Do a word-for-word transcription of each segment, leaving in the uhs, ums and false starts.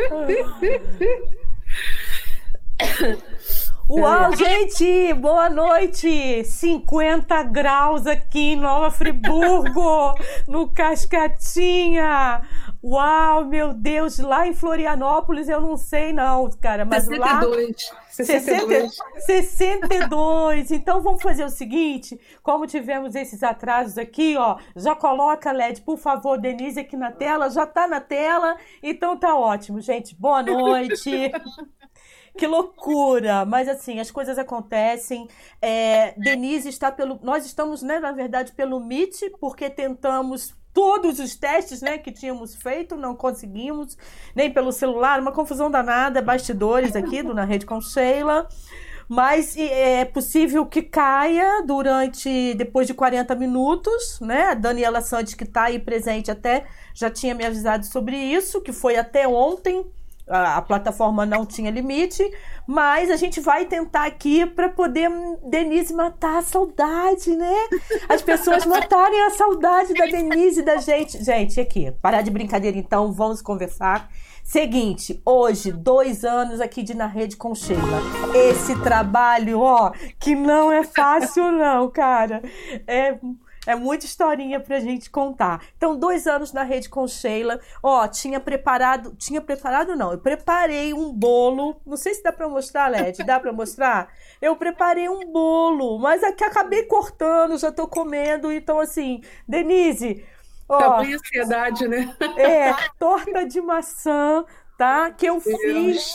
Uau, gente, boa noite! cinquenta graus aqui em Nova Friburgo, no Cascatinha. Uau, meu Deus, lá em Florianópolis eu não sei não, cara, mas sessenta e dois. lá... sessenta e dois. sessenta e dois. Então vamos fazer o seguinte, como tivemos esses atrasos aqui, ó, já coloca, L E D, por favor, Denise, aqui na tela, já tá na tela, então tá ótimo, gente, boa noite. Que loucura! Mas assim, as coisas acontecem. É, Denise está pelo... Nós estamos, né, na verdade, pelo Meet, porque tentamos todos os testes, né, que tínhamos feito, não conseguimos, nem pelo celular, uma confusão danada, bastidores aqui do Na Rede com Sheila. Mas é possível que caia durante, depois de quarenta minutos, né? A Daniela Santos, que está aí presente até, já tinha me avisado sobre isso, que foi até ontem. A, a plataforma não tinha limite, mas a gente vai tentar aqui para poder, Denise, matar a saudade, né? As pessoas matarem a saudade da Denise, da gente. Gente, aqui, parar de brincadeira então, vamos conversar. Seguinte, hoje, dois anos aqui de Na Rede com Sheila. Esse trabalho, ó, que não é fácil não, cara. É... É muita historinha pra gente contar. Então, dois anos na Rede com Sheila. Ó, tinha preparado... Tinha preparado, não. Eu preparei um bolo. Não sei se dá pra mostrar, L E D. Dá pra mostrar? Eu preparei um bolo. Mas aqui acabei cortando, já tô comendo. Então, assim, Denise... Ó, tá bem ansiedade, né? É, torta de maçã, tá? Que eu fiz.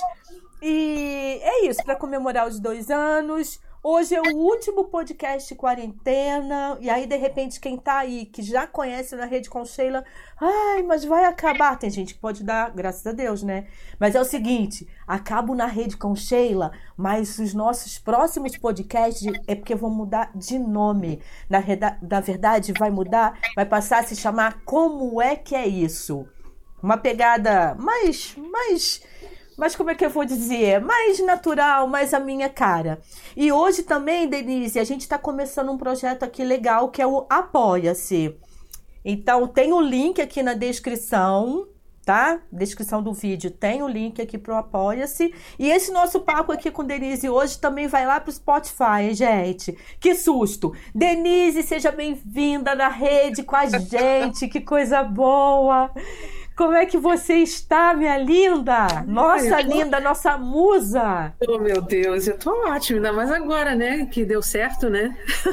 E é isso, pra comemorar os dois anos... Hoje é o último podcast quarentena, e aí, de repente, quem tá aí, que já conhece Na Rede com Sheila, ai, mas vai acabar. Tem gente que pode dar, graças a Deus, né? Mas é o seguinte, acabo Na Rede com Sheila, mas os nossos próximos podcasts é porque vão mudar de nome. Na, reda- na verdade, vai mudar, vai passar a se chamar Como É Que É Isso? Uma pegada mais... mais Mas como é que eu vou dizer? Mais natural, mais a minha cara. E hoje também, Denise, a gente está começando um projeto aqui legal, que é o Apoia-se. Então, tem o link aqui na descrição, tá? Descrição do vídeo, tem o link aqui pro Apoia-se. E esse nosso papo aqui com Denise hoje também vai lá pro Spotify, gente. Que susto! Denise, seja bem-vinda na rede com a gente, que coisa boa! Como é que você está, minha linda? Nossa, tô... linda, nossa musa! Oh, meu Deus, eu tô ótima, ainda mais agora, né? Que deu certo, né?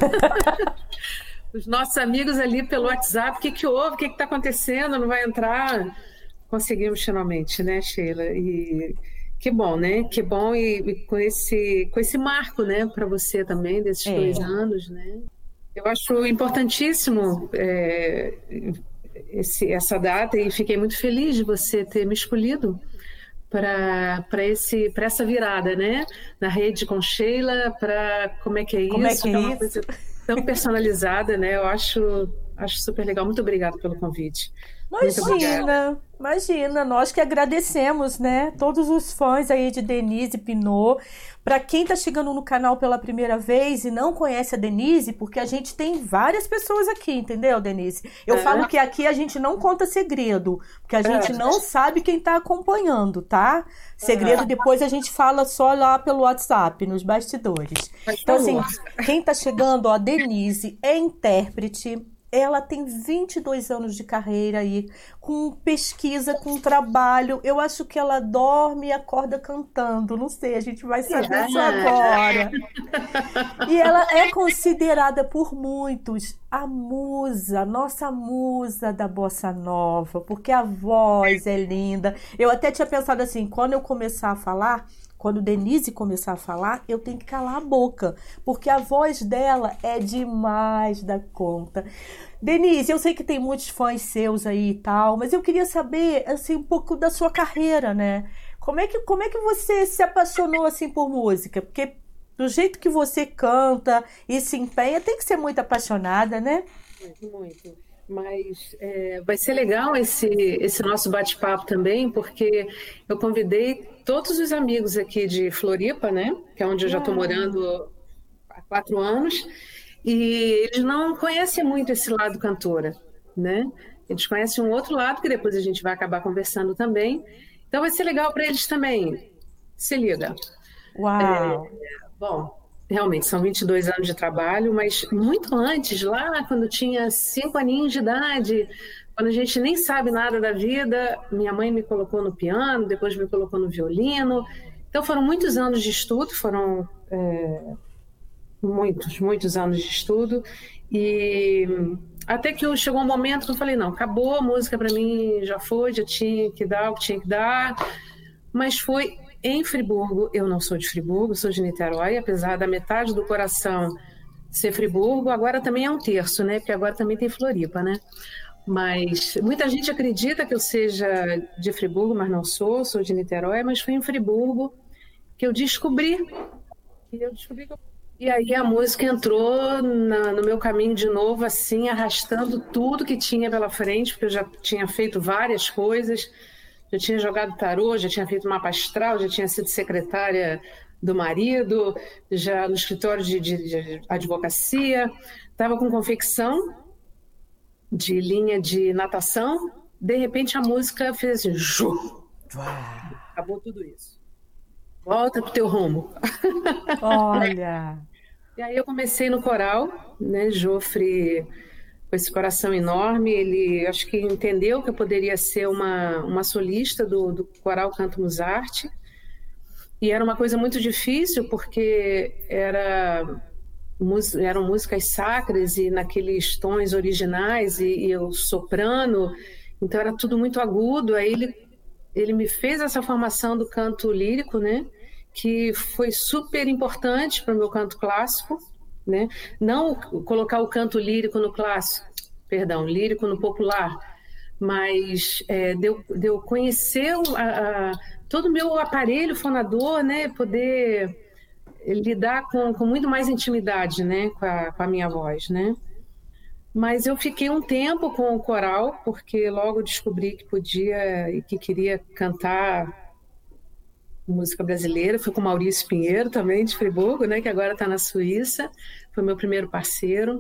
Os nossos amigos ali pelo WhatsApp, o que que houve? O que que tá acontecendo? Não vai entrar? Conseguimos finalmente, né, Sheila? E que bom, né? Que bom e, e com, esse, com esse marco, né, para você também, desses é. dois anos, né? Eu acho importantíssimo... É... Esse, essa data, e fiquei muito feliz de você ter me escolhido para para essa virada, né? Na Rede com Sheila, para como é que é como isso? É que é, é uma isso? coisa tão personalizada, né? Eu acho, acho super legal. Muito obrigada pelo convite. Imagina, imagina, nós que agradecemos, né? Todos os fãs aí de Denise Pinot. Para quem tá chegando no canal pela primeira vez e não conhece a Denise, porque a gente tem várias pessoas aqui, entendeu, Denise? Eu é. falo que aqui a gente não conta segredo, porque a gente é. não sabe quem tá acompanhando, tá? Segredo é. depois a gente fala só lá pelo WhatsApp, nos bastidores. Então, assim, quem tá chegando, ó, a Denise é intérprete. Ela tem vinte e dois anos de carreira aí, com pesquisa, com trabalho. Eu acho que ela dorme e acorda cantando. Não sei, a gente vai saber isso agora. E ela é considerada por muitos a musa, nossa musa da bossa nova, porque a voz é linda. Eu até tinha pensado assim, quando eu começar a falar... Quando Denise começar a falar, eu tenho que calar a boca, porque a voz dela é demais da conta. Denise, eu sei que tem muitos fãs seus aí e tal, mas eu queria saber assim, um pouco da sua carreira, né? Como é que, como é que você se apaixonou assim, por música? Porque do jeito que você canta e se empenha, tem que ser muito apaixonada, né? Muito, muito. Mas é, vai ser legal esse, esse nosso bate-papo também, porque eu convidei todos os amigos aqui de Floripa, né? Que é onde eu já estou morando há quatro anos, e eles não conhecem muito esse lado cantora, né? Eles conhecem um outro lado, que depois a gente vai acabar conversando também. Então vai ser legal para eles também. Se liga. Uau! É, bom, realmente são vinte e dois anos de trabalho, mas muito antes, lá quando tinha cinco aninhos de idade, quando a gente nem sabe nada da vida, minha mãe me colocou no piano, depois me colocou no violino. Então foram muitos anos de estudo, foram é, muitos, muitos anos de estudo. E até que chegou um momento que eu falei, não, acabou, a música para mim já foi, já tinha que dar o que tinha que dar. Mas foi em Friburgo, eu não sou de Friburgo, sou de Niterói, apesar da metade do coração ser Friburgo, agora também é um terço, né? Porque agora também tem Floripa, né? Mas muita gente acredita que eu seja de Friburgo, mas não sou, sou de Niterói, mas foi em Friburgo que eu descobri, que eu descobri que eu... E aí a música entrou na, no meu caminho de novo, assim, arrastando tudo que tinha pela frente, porque eu já tinha feito várias coisas, já tinha jogado tarô, já tinha feito mapa astral, já tinha sido secretária do marido, já no escritório de, de, de advocacia, estava com confecção de linha de natação, de repente a música fez assim, Ju! Acabou tudo isso. Volta pro teu rumo. Olha! E aí eu comecei no coral, né? Jofre, com esse coração enorme, ele acho que entendeu que eu poderia ser uma, uma solista do, do coral Canto Musarte. E era uma coisa muito difícil, porque era, eram músicas sacras e naqueles tons originais, e, e eu soprano, então era tudo muito agudo. Aí ele, ele me fez essa formação do canto lírico, né? Que foi super importante para o meu canto clássico, né? Não colocar o canto lírico no clássico, perdão, lírico no popular, mas é, de, eu, de eu conhecer a, a, todo o meu aparelho fonador, né? Poder lidar com, com muito mais intimidade, né? Com a, com a minha voz, né? Mas eu fiquei um tempo com o coral, porque logo descobri que podia e que queria cantar música brasileira. Fui com o Maurício Pinheiro também, de Friburgo, né, que agora está na Suíça. Foi meu primeiro parceiro.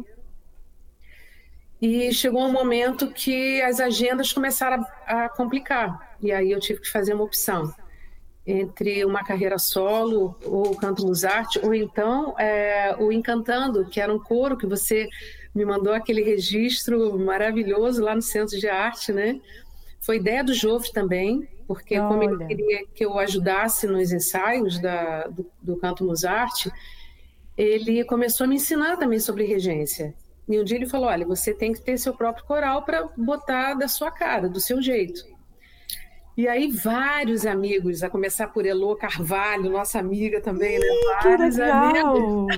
E chegou um momento que as agendas começaram a, a complicar. E aí eu tive que fazer uma opção entre uma carreira solo, ou o Canto Musarte, ou então é, o Encantando, que era um coro que você me mandou aquele registro maravilhoso lá no Centro de Arte, né? Foi ideia do Jofre também, porque Olha. Como ele queria que eu ajudasse nos ensaios da, do, do Canto Musarte, ele começou a me ensinar também sobre regência. E um dia ele falou, olha, você tem que ter seu próprio coral para botar da sua cara, do seu jeito. E aí vários amigos, a começar por Elô Carvalho, nossa amiga também, né? Vários que legal! Amigos.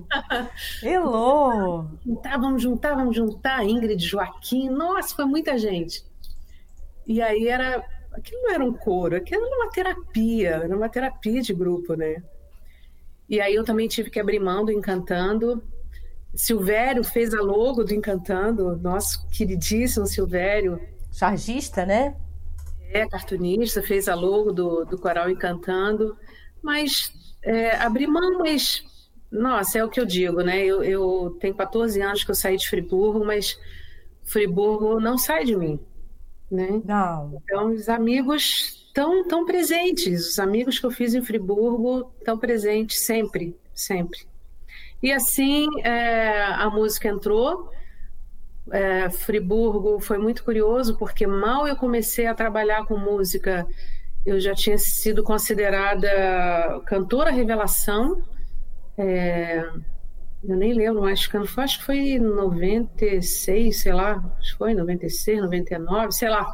Elô! Juntar, vamos juntar, vamos juntar, Ingrid, Joaquim, nossa, foi muita gente. E aí era, aquilo não era um coro, aquilo era uma terapia, era uma terapia de grupo, né? E aí eu também tive que abrir mão do Encantando. Silvério fez a logo do Encantando, nosso queridíssimo Silvério. Chargista, né? É, cartunista, fez a logo do, do Coral Encantando. Mas é, abri mão, mas... Nossa, é o que eu digo, né? Eu, eu tenho quatorze anos que eu saí de Friburgo, mas Friburgo não sai de mim. Né? Não. Então, os amigos estão tão presentes, os amigos que eu fiz em Friburgo estão presentes sempre, sempre. E assim é, a música entrou. É, Friburgo foi muito curioso, porque mal eu comecei a trabalhar com música, eu já tinha sido considerada cantora revelação. É, eu nem lembro mais, acho que foi em noventa e seis, sei lá, acho que foi em noventa e seis, noventa e nove, sei lá.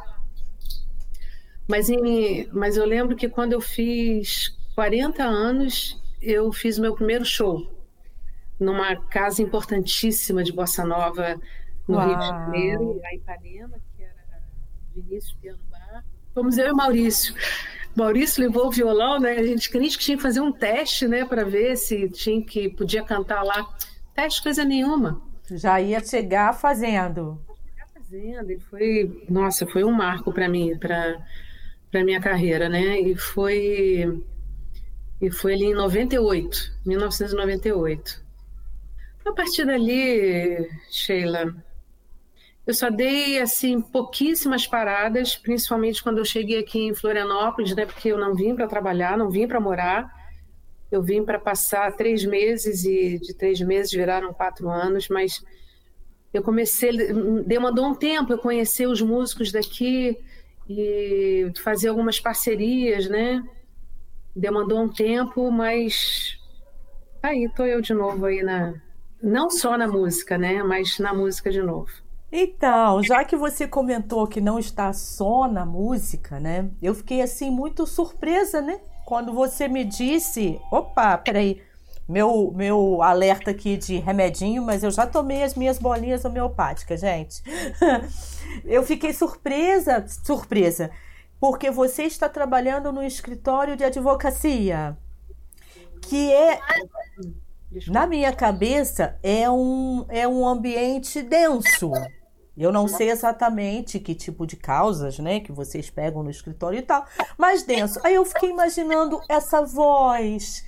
Mas, em, mas eu lembro que quando eu fiz quarenta anos, eu fiz meu primeiro show numa casa importantíssima de Bossa Nova no Uau. Rio de Janeiro, lá em Ipanema, que era Vinícius Piano Bar. Fomos eu e Maurício. Maurício levou o violão, né? A gente queria que tinha que fazer um teste, né, para ver se tinha que podia cantar lá. Teste coisa nenhuma. Já ia chegar fazendo. Chegar fazendo. E foi, nossa, foi um marco para mim, para para minha carreira, né? E foi e foi ali em noventa e oito, mil novecentos e noventa e oito. A partir dali, Sheila, Eu só dei, assim, pouquíssimas paradas, principalmente quando eu cheguei aqui em Florianópolis, né? Porque eu não vim para trabalhar, não vim para morar. Eu vim para passar três meses e de três meses viraram quatro anos, mas eu comecei, demandou um tempo eu conhecer os músicos daqui e fazer algumas parcerias, né? Demandou um tempo, mas aí tô eu de novo aí na, não só na música, né? Mas na música de novo. Então, já que você comentou que não está só na música, né? Eu fiquei assim muito surpresa, né? Quando você me disse, opa, peraí, meu, meu alerta aqui de remedinho, mas eu já tomei as minhas bolinhas homeopáticas, gente. Eu fiquei surpresa, surpresa, porque você está trabalhando no escritório de advocacia, que é, na Desculpa. minha cabeça, é um, é um ambiente denso. Eu não sei exatamente que tipo de causas, né, que vocês pegam no escritório e tal, mas denso. Aí eu fiquei imaginando essa voz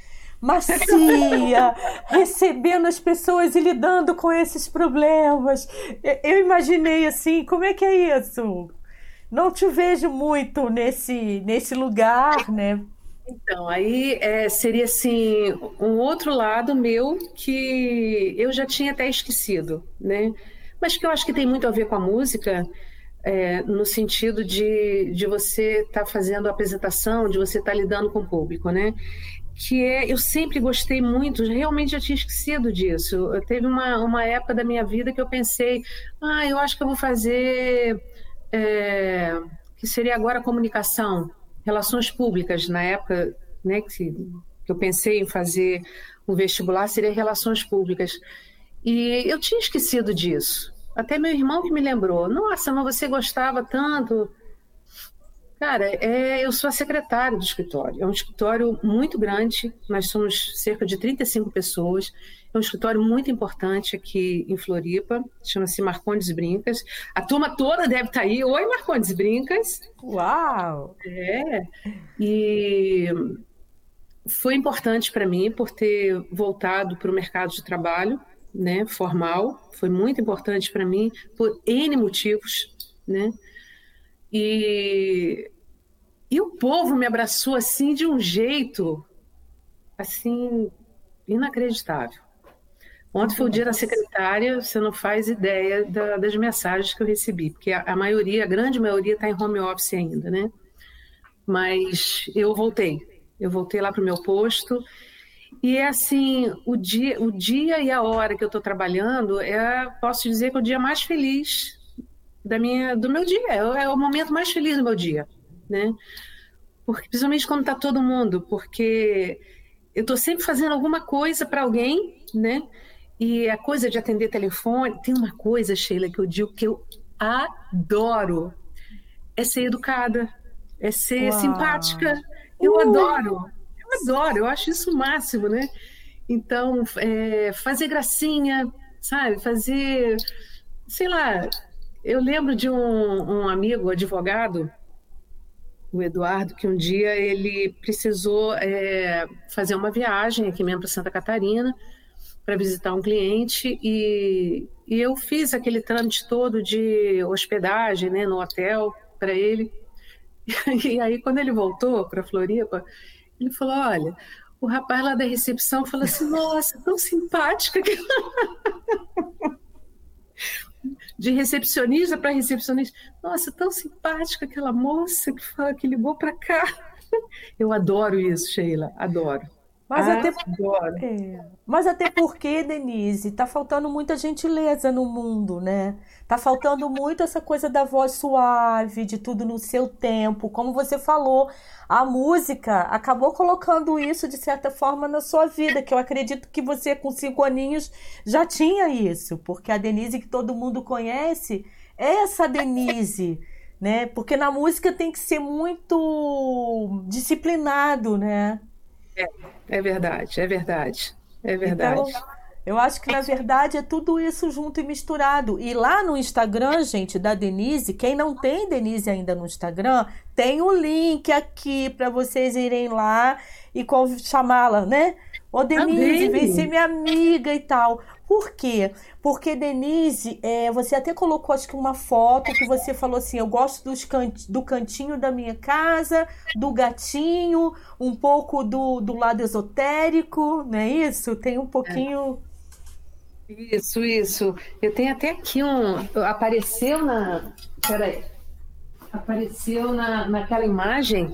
macia, recebendo as pessoas e lidando com esses problemas. Eu imaginei assim, como é que é isso? Não te vejo muito nesse, nesse lugar, né? Então, aí é, seria assim um outro lado meu que eu já tinha até esquecido, né? Mas que eu acho que tem muito a ver com a música, é, no sentido de, de você estar fazendo a apresentação, de você estar lidando com o público, né? Que é, eu sempre gostei muito, realmente já tinha esquecido disso. Eu teve uma, uma época da minha vida que eu pensei, ah, eu acho que eu vou fazer, é, que seria agora comunicação, relações públicas, na época, né, que, que eu pensei em fazer um vestibular, seria relações públicas. E eu tinha esquecido disso. Até meu irmão que me lembrou, nossa, mas você gostava tanto. Cara, é, eu sou a secretária do escritório. É um escritório muito grande, nós somos cerca de trinta e cinco pessoas. É um escritório muito importante aqui em Floripa, chama-se Marcondes Brincas. A turma toda deve estar aí. Oi, Marcondes Brincas. Uau! É, e foi importante para mim por ter voltado para o mercado de trabalho, né, formal. Foi muito importante para mim por N motivos, né? E E o povo me abraçou assim de um jeito assim inacreditável. Ontem foi o dia da Nossa. secretária, você não faz ideia da- das mensagens que eu recebi, porque a, a maioria, a grande maioria está em home office ainda, né? Mas eu voltei, eu voltei lá para o meu posto e é assim o dia, o dia e a hora que eu estou trabalhando é, posso dizer que é o dia mais feliz da minha, do meu dia, é, o é o momento mais feliz do meu dia, né? Porque, principalmente quando está todo mundo, porque eu estou sempre fazendo alguma coisa para alguém, né? E a coisa de atender telefone, tem uma coisa, Sheila, que eu digo que eu adoro, é ser educada, é ser simpática. Uau! Eu Uh! adoro, eu adoro, eu acho isso o máximo, né? Então, é, fazer gracinha, sabe? Fazer, sei lá, eu lembro de um, um amigo, advogado, o Eduardo, que um dia ele precisou é, fazer uma viagem aqui mesmo para Santa Catarina para visitar um cliente e, e eu fiz aquele trâmite todo de hospedagem, né, no hotel para ele. E aí quando ele voltou para Floripa, ele falou, olha, o rapaz lá da recepção falou assim, nossa, tão simpática que de recepcionista para recepcionista. Nossa, tão simpática aquela moça que fala que ligou para cá. Eu adoro isso, Sheila, adoro. Mas até, Adoro. é, mas até porque, Denise, tá faltando muita gentileza no mundo, né? Tá faltando muito essa coisa da voz suave, de tudo no seu tempo. Como você falou, a música acabou colocando isso, de certa forma, na sua vida, que eu acredito que você, com cinco aninhos, já tinha isso. Porque a Denise que todo mundo conhece é essa Denise, né? Porque na música tem que ser muito disciplinado, né? É verdade, é verdade, é verdade. Então, eu acho que na verdade é tudo isso junto e misturado. E lá no Instagram, gente, da Denise, quem não tem Denise ainda no Instagram, tem o link aqui para vocês irem lá e conv- chamá-la, né? Ô Denise, vem ser Amém. minha amiga e tal. Por quê? Porque, Denise, é, você até colocou, acho que uma foto que você falou assim, eu gosto dos can... do cantinho da minha casa, do gatinho, um pouco do, do lado esotérico, não é isso? Tem um pouquinho... Isso, isso. Eu tenho até aqui um... Apareceu na... Peraí. Apareceu na, naquela imagem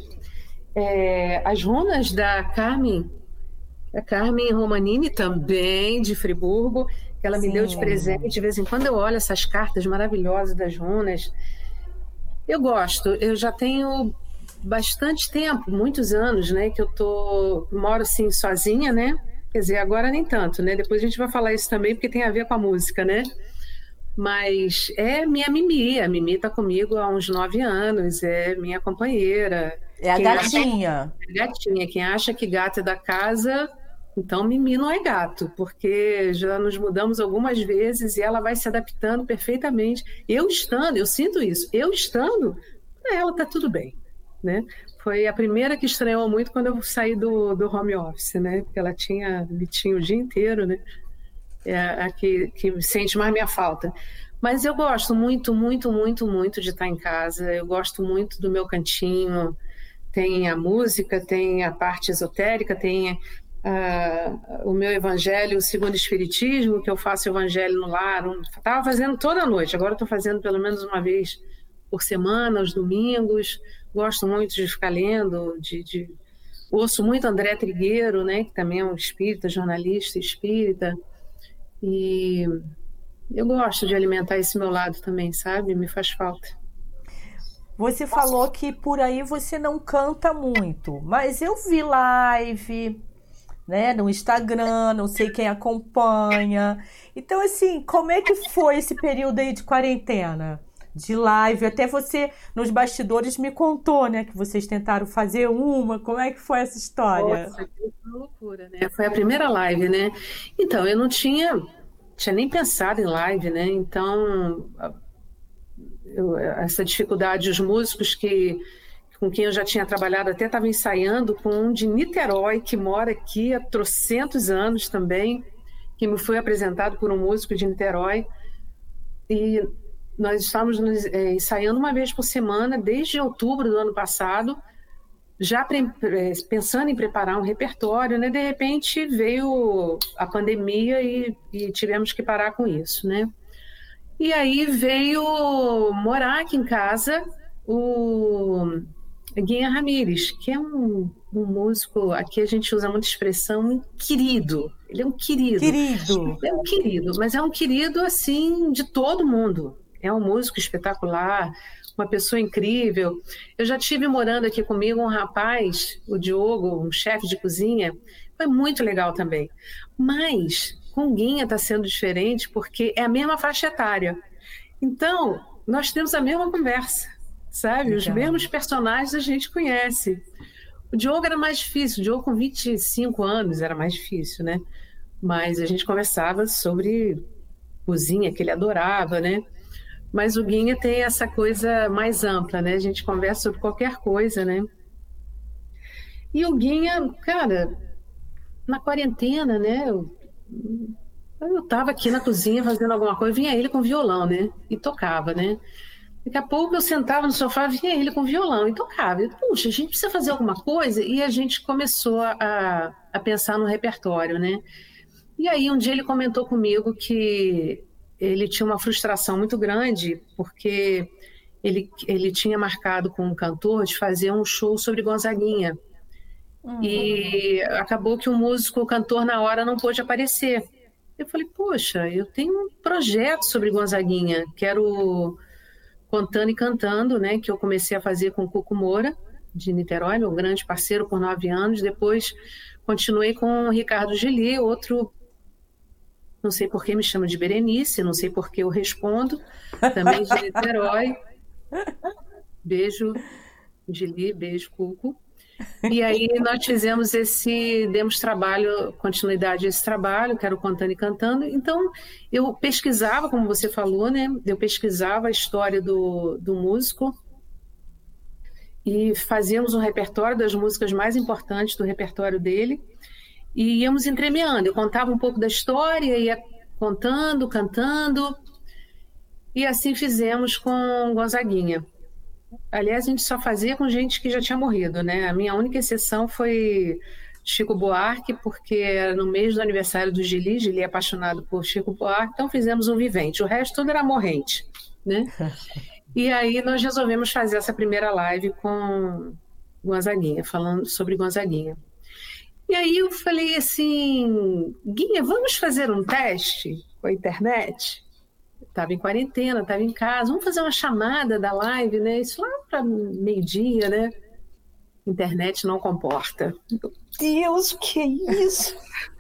é, as runas da Carmen, a Carmen Romanini, também de Friburgo, que ela me Sim. deu de presente. De vez em quando eu olho essas cartas maravilhosas das runas. Eu gosto. Eu já tenho bastante tempo, muitos anos, né, que eu tô, moro assim sozinha, né? Quer dizer, agora nem tanto, né? Depois a gente vai falar isso também, porque tem a ver com a música, né? Mas é minha Mimi. A Mimi tá comigo há uns nove anos, é minha companheira. É a Quem gatinha. Acha, é gatinha. Quem acha que gato é da casa, então Mimi não é gato, porque já nos mudamos algumas vezes e ela vai se adaptando perfeitamente. Eu estando, eu sinto isso, eu estando, para ela tá tudo bem, né? Foi a primeira que estranhou muito quando eu saí do, do home office, né? Porque ela tinha bitinho o dia inteiro, né? É a que, que sente mais minha falta. Mas eu gosto muito, muito, muito, muito de estar em casa. Eu gosto muito do meu cantinho. Tem a música, tem a parte esotérica, tem uh, o meu evangelho, o segundo espiritismo, que eu faço evangelho no lar. Estava fazendo toda noite, agora estou fazendo pelo menos uma vez por semana, aos domingos. Gosto muito de ficar lendo, de, de... ouço muito André Trigueiro, né, que também é um espírita, jornalista espírita. E eu gosto de alimentar esse meu lado também, sabe? Me faz falta. Você falou que por aí você não canta muito, mas eu vi live, né, no Instagram, não sei quem acompanha. Então, assim, como é que foi esse período aí de quarentena? De live, até você nos bastidores me contou, né, que vocês tentaram fazer uma, como é que foi essa história? Nossa, que loucura, né? Foi a primeira live, né? Então, eu não tinha, tinha nem pensado em live, né? Então, eu, essa dificuldade, os músicos que, com quem eu já tinha trabalhado, até estava ensaiando com um de Niterói, que mora aqui há trocentos anos também, que me foi apresentado por um músico de Niterói, e nós estávamos é, ensaiando uma vez por semana, desde outubro do ano passado, já pre pensando em preparar um repertório, né? De repente veio a pandemia e, e tivemos que parar com isso, né? E aí veio morar aqui em casa o Guinha Ramírez, que é um, um músico, aqui a gente usa muita expressão, um querido. Ele é um querido. Querido. É um querido, mas é um querido, assim, de todo mundo. É um músico espetacular, uma pessoa incrível. Eu já tive morando aqui comigo um rapaz, o Diogo, um chefe de cozinha. Foi muito legal também. Mas com o Guinha está sendo diferente porque é a mesma faixa etária. Então, nós temos a mesma conversa, sabe? Os mesmos personagens a gente conhece. O Diogo era mais difícil. O Diogo com vinte e cinco anos era mais difícil, né? Mas a gente conversava sobre cozinha, que ele adorava, né? Mas o Guinha tem essa coisa mais ampla, né? A gente conversa sobre qualquer coisa, né? E o Guinha, cara, na quarentena, né? Eu, eu tava aqui na cozinha fazendo alguma coisa, vinha ele com violão, né? E tocava, né? Daqui a pouco eu sentava no sofá, vinha ele com violão e tocava. Eu, puxa, a gente precisa fazer alguma coisa? E a gente começou a, a pensar no repertório, né? E aí um dia ele comentou comigo que ele tinha uma frustração muito grande porque ele, ele tinha marcado com um cantor de fazer um show sobre Gonzaguinha. Uhum. E acabou que o músico, o cantor, na hora não pôde aparecer. Eu falei, poxa, eu tenho um projeto sobre Gonzaguinha, quero Contando e Cantando, né, que eu comecei a fazer com o Cuco Moura, de Niterói, meu grande parceiro por nove anos. Depois continuei com o Ricardo Gili, outro... Não sei por que me chama de Berenice, não sei por que eu respondo, também de Niterói. Beijo, Gili, beijo, Cuco. E aí nós fizemos esse, demos trabalho, continuidade a esse trabalho, que era o Contando e Cantando. Então, eu pesquisava, como você falou, né? Eu pesquisava a história do, do músico e fazíamos um repertório das músicas mais importantes do repertório dele. E íamos entremeando, eu contava um pouco da história, ia contando, cantando, e assim fizemos com Gonzaguinha. Aliás, a gente só fazia com gente que já tinha morrido, né? A minha única exceção foi Chico Buarque, porque era no mês do aniversário do Gili, Gili é apaixonado por Chico Buarque, então fizemos um vivente. O resto tudo era morrente, né? E aí nós resolvemos fazer essa primeira live com Gonzaguinha, falando sobre Gonzaguinha. E aí eu falei assim, Guinha, vamos fazer um teste com a internet? Estava em quarentena, estava em casa, vamos fazer uma chamada da live, né? Isso lá para meio-dia, né? Internet não comporta. Meu Deus, o que é isso?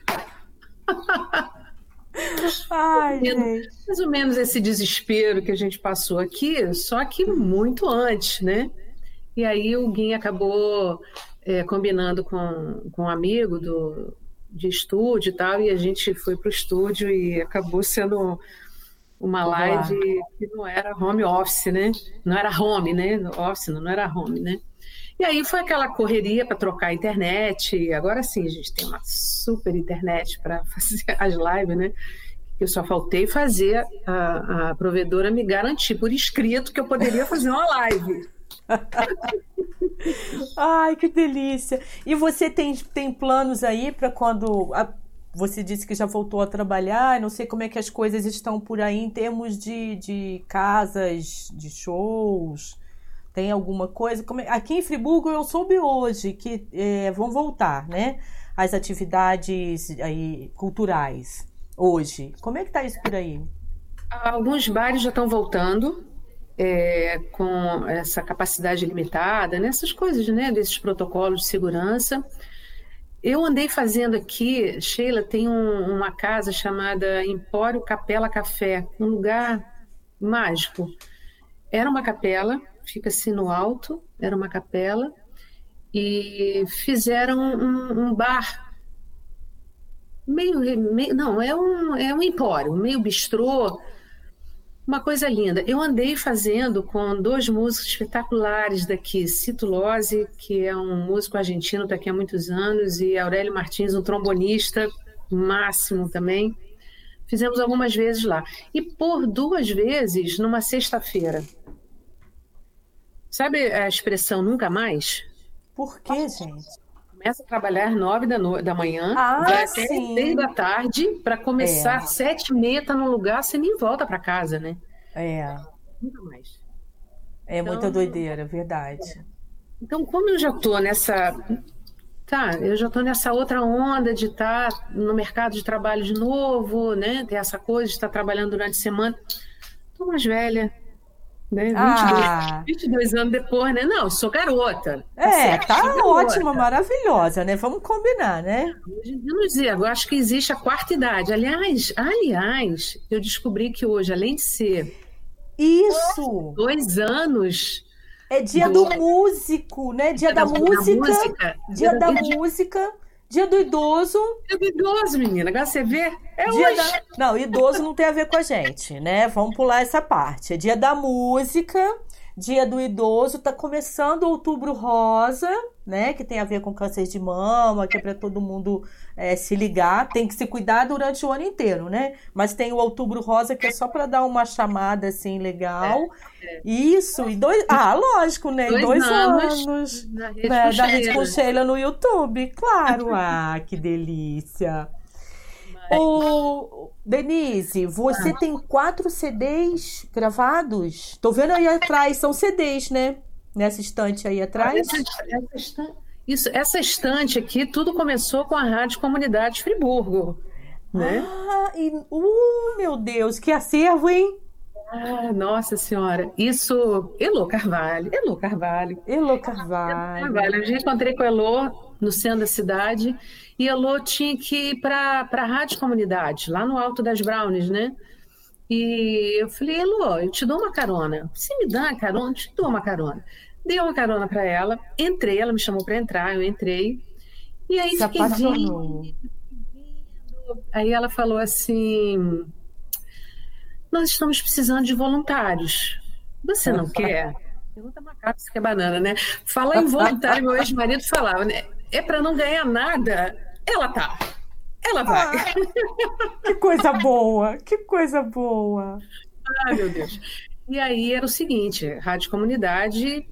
Ai, gente. Mais ou menos esse desespero que a gente passou aqui, só que muito antes, né? E aí o Guinha acabou é, combinando com, com um amigo do, de estúdio e tal, e a gente foi para o estúdio e acabou sendo uma live que não era home office, né? Não era home, né? Office não, não era home, né? E aí foi aquela correria para trocar a internet. Agora sim, a gente tem uma super internet para fazer as lives, né? Eu só faltei fazer a, a provedora me garantir por escrito que eu poderia fazer uma live. Ai, que delícia! E você tem, tem planos aí para quando... A... Você disse que já voltou a trabalhar, não sei como é que as coisas estão por aí em termos de, de casas, de shows. Tem alguma coisa? Como é... Aqui em Friburgo eu soube hoje que é, vão voltar, né? As atividades aí, culturais hoje. Como é que tá isso por aí? Alguns bares já estão voltando é, com essa capacidade limitada, nessas coisas, né? Desses protocolos de segurança. Eu andei fazendo aqui, Sheila, tem um, uma casa chamada Empório Capela Café, um lugar mágico. Era uma capela, fica assim no alto, era uma capela, e fizeram um, um bar, meio, meio, não, é um, é um empório, meio bistrô, uma coisa linda. Eu andei fazendo com dois músicos espetaculares daqui, Cito Lozzi, que é um músico argentino, está aqui há muitos anos, e Aurélio Martins, um trombonista máximo também. Fizemos algumas vezes lá. E por duas vezes numa sexta-feira. Sabe a expressão nunca mais? Por quê, gente? Começa a trabalhar às nove da, no... da manhã, ah, vai até seis da tarde, para começar às é. sete e meia, tá num lugar, você nem volta para casa, né? É. Nunca mais. É então, muita doideira, verdade. Então, como eu já tô nessa... Tá, eu já tô nessa outra onda de estar tá no mercado de trabalho de novo, né? Ter essa coisa de estar tá trabalhando durante a semana. Tô mais velha. Né? vinte e dois, ah. vinte e dois anos depois, né? Não, eu sou garota. Tá é, certo, tá ótima, maravilhosa, né? Vamos combinar, né? Eu não digo, eu acho que existe a quarta idade. Aliás, aliás, eu descobri que hoje, além de ser isso dois anos. É dia do, do músico, né? Dia, dia da, da, música, da música. Dia, dia da, da música. Dia do idoso. Dia do idoso, menina. Agora você vê. É dia hoje. Da... Não, idoso não tem a ver com a gente, né? Vamos pular essa parte. É dia da música, dia do idoso. Tá começando o Outubro Rosa, né? Que tem a ver com câncer de mama, que é para todo mundo é, se ligar. Tem que se cuidar durante o ano inteiro, né? Mas tem o Outubro Rosa, que é só para dar uma chamada, assim, legal. É, é. Isso. E dois... Ah, lógico, né? Dois, dois anos, anos da Rede, né? Da Rede com Sheila no YouTube. Claro. Ah, que delícia. Mas... Ô, Denise, você ah. tem quatro C Ds gravados? Tô vendo aí atrás, são C Ds, né? Nessa estante aí atrás. Essa, essa, estante, isso, essa estante aqui, tudo começou com a Rádio Comunidade Friburgo. Né? Ah, e, uh, meu Deus, que acervo, hein? Ah, nossa senhora, isso, Elô Carvalho, Elô Carvalho. Elô Carvalho. Carvalho. Eu já encontrei com a Elô no centro da cidade, e a Elô tinha que ir para a Rádio Comunidade, lá no Alto das Brownies, né? E eu falei, Elô, eu te dou uma carona. Você me dá uma carona? Eu te dou uma carona. Dei uma carona para ela, entrei, ela me chamou para entrar, eu entrei, e aí Se fiquei apaixonou. Vindo, aí ela falou assim... Nós estamos precisando de voluntários. Você não quer? Pergunta macaco se quer banana, né? Falar em voluntário, meu ex-marido falava, né? É para não ganhar nada. Ela tá. ela vai. Ah, que coisa boa, que coisa boa. Ai, meu Deus. E aí era o seguinte, Rádio Comunidade,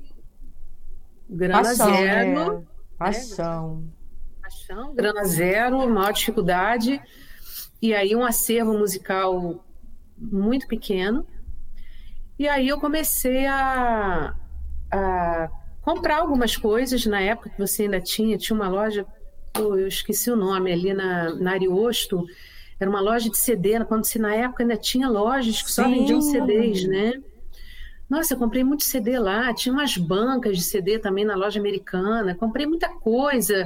grana Paixão, zero, né? né? Paixão. Paixão, grana zero, maior dificuldade, e aí um acervo musical muito pequeno. E aí eu comecei a, a comprar algumas coisas na época que você ainda tinha, tinha uma loja, pô, eu esqueci o nome, ali na, na Ariosto, era uma loja de C D, quando se na época ainda tinha lojas que só vendiam C Ds, Sim. né? Nossa, eu comprei muito C D lá, tinha umas bancas de C D também na loja americana, comprei muita coisa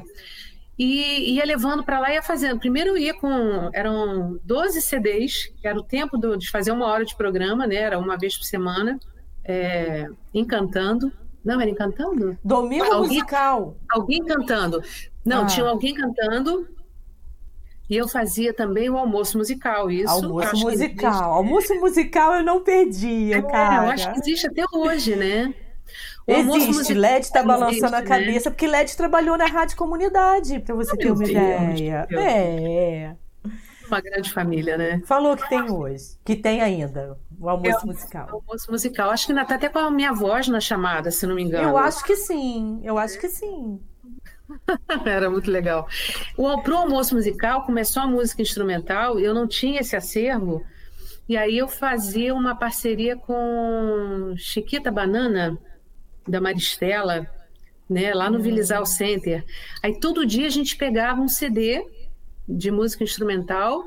e ia levando para lá e ia fazendo. Primeiro eu ia com, eram doze C Ds, que era o tempo do- de fazer uma hora de programa, né? Era uma vez por semana, é, encantando. Não, era encantando? Domingo Alguém, musical. alguém cantando. Não, tinha Ah, alguém cantando e eu fazia também o almoço musical. Isso, almoço acho que existe. musical. Almoço musical eu não perdia, É, eu acho que cara. existe até hoje, né? O almoço Existe, musical Led tá balançando a existe, né? cabeça, porque Led trabalhou na Rádio Comunidade, pra você Oh, ter meu uma Deus, ideia. meu Deus. É. Uma grande família, né? Falou que tem hoje, que tem ainda, o É almoço o musical. almoço musical. Acho que ainda tá até com a minha voz na chamada, se não me Eu engano. acho que sim, eu acho que sim. Era muito legal. O pro almoço musical começou a música instrumental, eu não tinha esse acervo, e aí eu fazia uma parceria com Chiquita Banana, da Maristela, né, lá no Vilizal Center. Aí todo dia a gente pegava um C D de música instrumental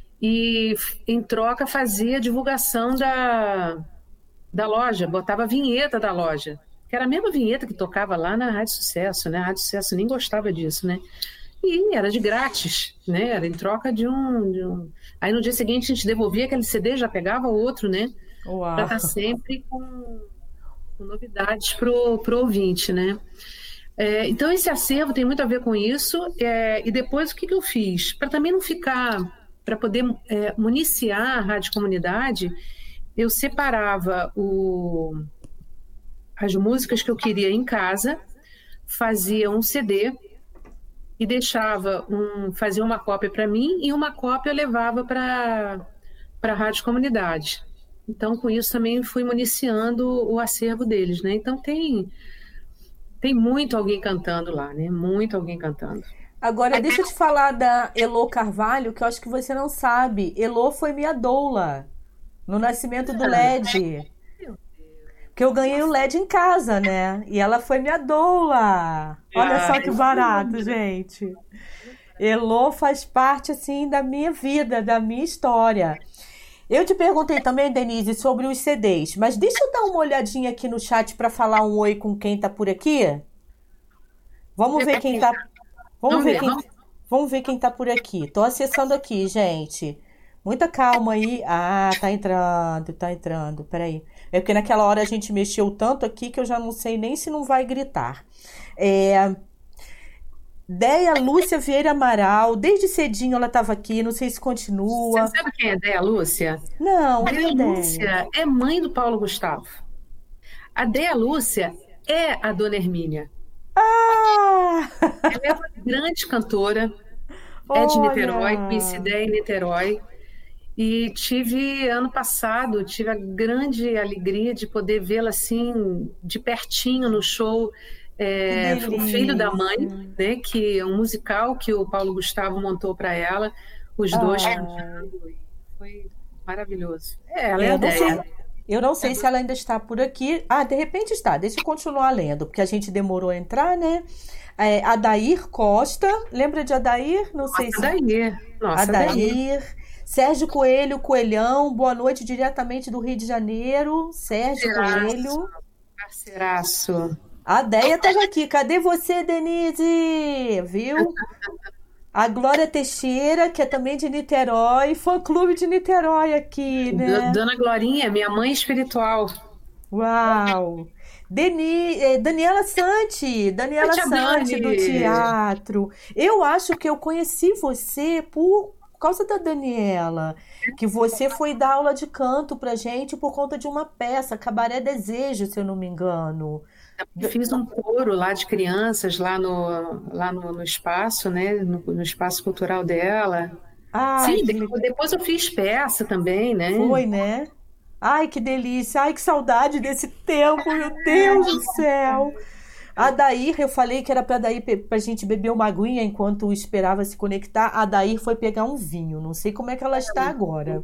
e em troca fazia a divulgação da, da loja, botava a vinheta da loja, que era a mesma vinheta que tocava lá na Rádio Sucesso, né? A Rádio Sucesso nem gostava disso, né? E era de grátis, né? Era em troca de um, de um... Aí no dia seguinte a gente devolvia aquele C D, já pegava outro, né? Para Uau. estar sempre com, com novidades pro, pro ouvinte, né? É, então esse acervo tem muito a ver com isso. É, e depois o que, que eu fiz? Para também não ficar, para poder é, municiar a Rádio Comunidade, eu separava o, as músicas que eu queria em casa, fazia um C D e deixava um, fazia uma cópia para mim e uma cópia eu levava para para a Rádio Comunidade. Então com isso também fui municiando o acervo deles, né? Então tem tem muito alguém cantando lá, né? Muito alguém cantando. Agora, deixa eu te falar da Elô Carvalho, que eu acho que você não sabe. Elô foi minha doula no nascimento do Led. Porque eu ganhei o Led em casa, né? E ela foi minha doula. Olha só que barato, gente. Elô faz parte, assim, da minha vida, da minha história. Eu te perguntei também, Denise, sobre os C Ds, mas deixa eu dar uma olhadinha aqui no chat para falar um oi com quem tá por aqui. Vamos ver quem tá, vamos Vamos ver ver, quem, vamos. vamos ver quem tá por aqui. Tô acessando aqui, gente. Muita calma aí. Ah, tá entrando, tá entrando. Peraí. É porque naquela hora a gente mexeu tanto aqui que eu já não sei nem se não vai gritar. É... Deia Lúcia Vieira Amaral, desde cedinho ela estava aqui, não sei se continua. Você sabe quem é Déia Lúcia? Não, quem Déia é Deia? Lúcia é mãe do Paulo Gustavo. A Déia Lúcia é a Dona Hermínia. Ah! Ela é uma grande cantora, é de Niterói, conheci Olha! Déia em Niterói. E tive, ano passado, tive a grande alegria de poder vê-la assim, de pertinho no show. Que É, o Filho da Mãe, delícia! né, que é um musical que o Paulo Gustavo montou para ela, os dois Ah, cantando, e foi maravilhoso. É, ela é é, a eu não sei, Déia. eu não sei se ela ainda está por aqui. Ah, de repente está. Deixa eu continuar lendo, porque a gente demorou a entrar, né? É, Adair Costa, lembra de Adair? Não sei Nossa, se Adair. Nossa, Adair. Adair. Sérgio Coelho, Coelhão, boa noite diretamente do Rio de Janeiro. Sérgio Parceiraço, Coelho. parceiraço. A Deia estava aqui. Cadê você, Denise? Viu? A Glória Teixeira, que é também de Niterói. Fã-clube de Niterói aqui, D- né? Dona Glorinha, minha mãe espiritual. Uau! Deni, eh, Daniela Santi, Daniela Tia Santi do Dani. teatro. Eu acho que eu conheci você por por causa da Daniela, que você foi dar aula de canto pra gente por conta de uma peça, Cabaré Desejo, se eu não me engano. Eu fiz um coro lá de crianças, lá no, lá no, no espaço, né? No, no espaço cultural dela. Ai, Sim, que depois, depois eu fiz peça também, né? foi, né? Ai, que delícia. Ai, que saudade desse tempo, meu Deus do céu. A Dair, eu falei que era pra Dair pe- pra gente beber uma aguinha enquanto esperava se conectar. A Dair foi pegar um vinho. Não sei como é que ela está agora.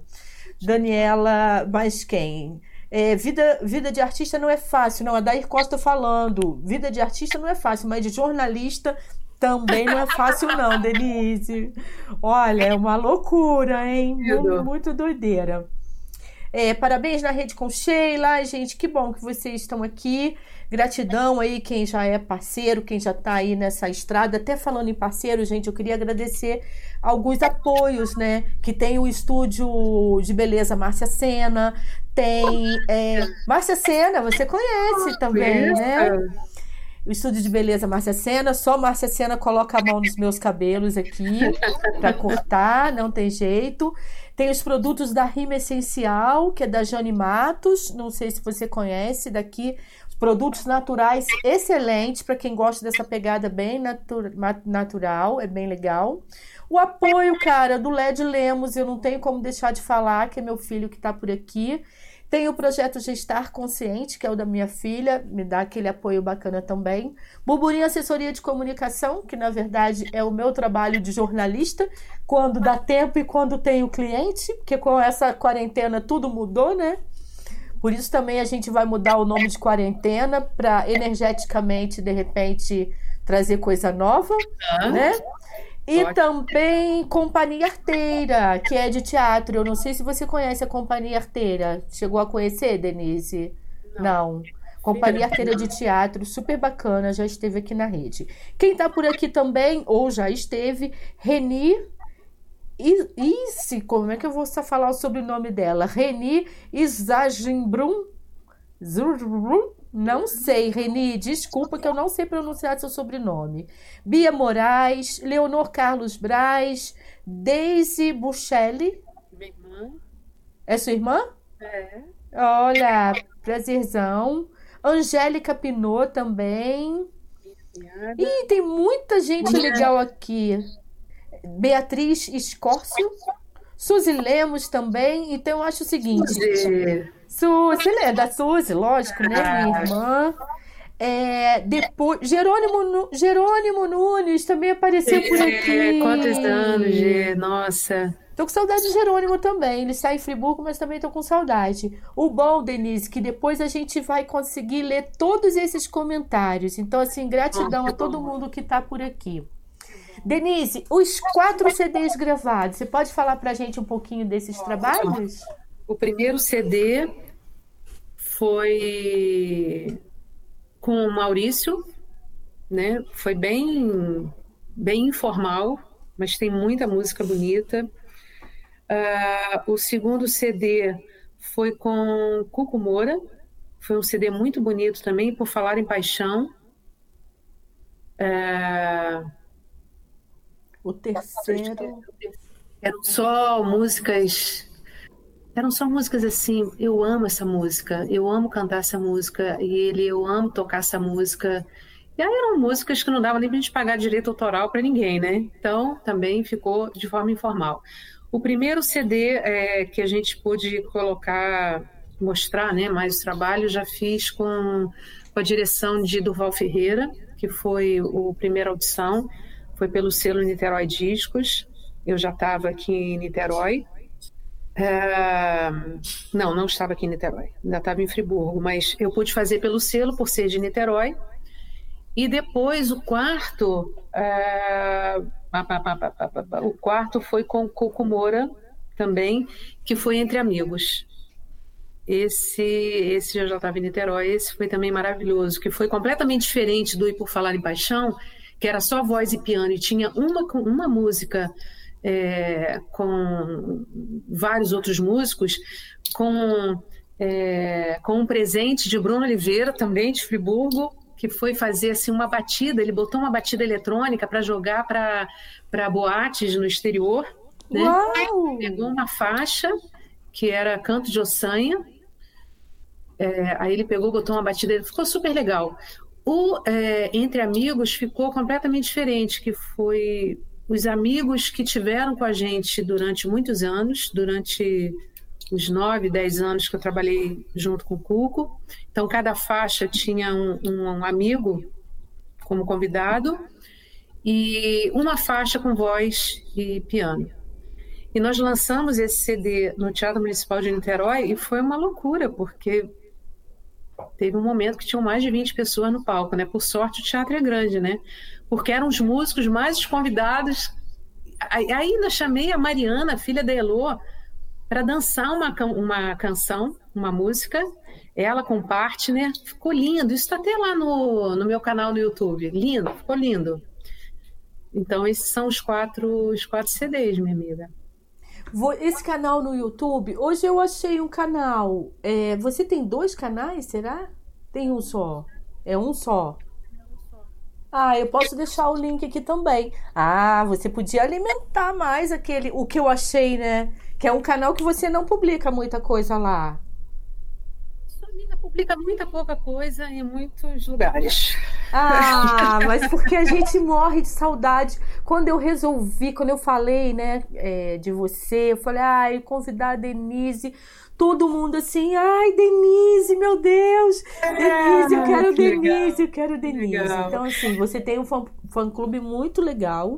Daniela, mas quem? É, vida, vida de artista não é fácil, não. A Dair Costa falando. Vida de artista não é fácil, mas de jornalista também não é fácil, não, Denise. Olha, é uma loucura, hein? Mu- Muito doideira. É, parabéns na Rede com Sheila, gente, que bom que vocês estão aqui. Gratidão aí quem já é parceiro, quem já está aí nessa estrada. Até falando em parceiro, gente, eu queria agradecer alguns apoios, né? Que tem o estúdio de beleza Márcia Sena, tem é, Márcia Sena, você conhece também, né? O estúdio de beleza Márcia Sena, só Márcia Sena coloca a mão nos meus cabelos aqui para cortar, não tem jeito. Tem os produtos da Rima Essencial, que é da Jane Matos, não sei se você conhece daqui. Produtos naturais excelentes para quem gosta dessa pegada bem natu- ma- natural, é bem legal. O apoio, cara, do Led Lemos, eu não tenho como deixar de falar, que é meu filho que está por aqui. Tem o projeto Gestar Consciente, que é o da minha filha, me dá aquele apoio bacana também. Burburinho Assessoria de Comunicação, que na verdade é o meu trabalho de jornalista, quando dá tempo e quando tem o cliente, porque com essa quarentena tudo mudou, né? Por isso também a gente vai mudar o nome de quarentena para energeticamente, de repente, trazer coisa nova, ah, né? E ótimo. Também Companhia Arteira, que é de teatro. Eu não sei se você conhece a Companhia Arteira. Chegou a conhecer, Denise? Não. não. Companhia Arteira de Teatro, super bacana, já esteve aqui na rede. Quem está por aqui também, ou já esteve, Reni... Isse, como é que eu vou só falar o sobrenome dela? Reni Isagimbrum? Não sei, Reni, desculpa que eu não sei pronunciar seu sobrenome. Bia Moraes, Leonor Carlos Braz, Deise Buchelli. Minha irmã. É sua irmã? É. Olha, prazerzão. Angélica Pinot também. Ih, tem muita gente legal aqui. Beatriz Escórcio, Suzy Lemos também. Então eu acho o seguinte, Suzy, Suzy é da Suzy, lógico, né, minha irmã. É, depois Jerônimo, Jerônimo Nunes também apareceu por aqui. Quantos anos, Gê? Nossa. Tô com saudade de Jerônimo também. Ele está em Friburgo, mas também tô com saudade. O bom, Denise, que depois a gente vai conseguir ler todos esses comentários. Então, assim, gratidão a todo mundo que tá por aqui. Denise, os quatro C Ds gravados, você pode falar pra gente um pouquinho desses trabalhos? O primeiro C D foi com o Maurício, né? Foi bem, bem informal, mas tem muita música bonita. Uh, o segundo C D foi com Cuco Moura, foi um C D muito bonito também, Por Falar em Paixão. Uh, O terceiro... Eram só músicas... Eram só músicas assim, eu amo essa música, eu amo cantar essa música, e ele, eu amo tocar essa música. E aí eram músicas que não dava nem pra gente pagar direito autoral para ninguém, né? Então, também ficou de forma informal. O primeiro C D é, que a gente pôde colocar, mostrar, né, mais o trabalho, já fiz com, com a direção de Durval Ferreira, que foi a primeira audição. Foi pelo selo Niterói Discos. Eu já estava aqui em Niterói. É... Não, não estava aqui em Niterói. Ainda estava em Friburgo, mas eu pude fazer pelo selo, por ser de Niterói. E depois o quarto... É... O quarto foi com Cuco Moura também, que foi Entre Amigos. Esse, esse eu já estava em Niterói. Esse foi também maravilhoso, que foi completamente diferente do E Por Falar em Paixão, que era só voz e piano, e tinha uma, uma música é, com vários outros músicos, com, é, com um presente de Bruno Oliveira, também de Friburgo, que foi fazer assim, uma batida, ele botou uma batida eletrônica para jogar para boates no exterior. né? Uau! Pegou uma faixa que era Canto de Ossanha, é, aí ele pegou, botou uma batida, ficou super legal. O é, Entre Amigos ficou completamente diferente, que foi os amigos que tiveram com a gente durante muitos anos, durante os nove, dez anos que eu trabalhei junto com o Cuco. Então, cada faixa tinha um, um amigo como convidado e uma faixa com voz e piano. E nós lançamos esse C D no Teatro Municipal de Niterói e foi uma loucura, porque teve um momento que tinham mais de vinte pessoas no palco, né? Por sorte, o teatro é grande, né? Porque eram os músicos mais os convidados. Aí ainda chamei a Mariana, filha da Elô, para dançar uma, uma canção, uma música, ela com partner. Ficou lindo. Isso está até lá no, no meu canal no YouTube. Lindo, ficou lindo. Então, esses são os quatro, os quatro C Ds, minha amiga. Esse canal no YouTube, hoje eu achei um canal. É, você tem dois canais, será? Tem um só? É um só? Ah, eu posso deixar o link aqui também. Ah, você podia alimentar mais aquele, o que eu achei, né? Que é um canal que você não publica muita coisa lá. Sua amiga publica muita pouca coisa em muitos lugares. Ah, mas porque a gente morre de saudade. Quando eu resolvi, quando eu falei, né, é, de você, eu falei, ai, convidar a Denise. Todo mundo assim, ai, Denise, meu Deus, Denise, eu quero que Denise, legal. eu quero Denise. Legal. Então, assim, você tem um fã, fã-clube muito legal.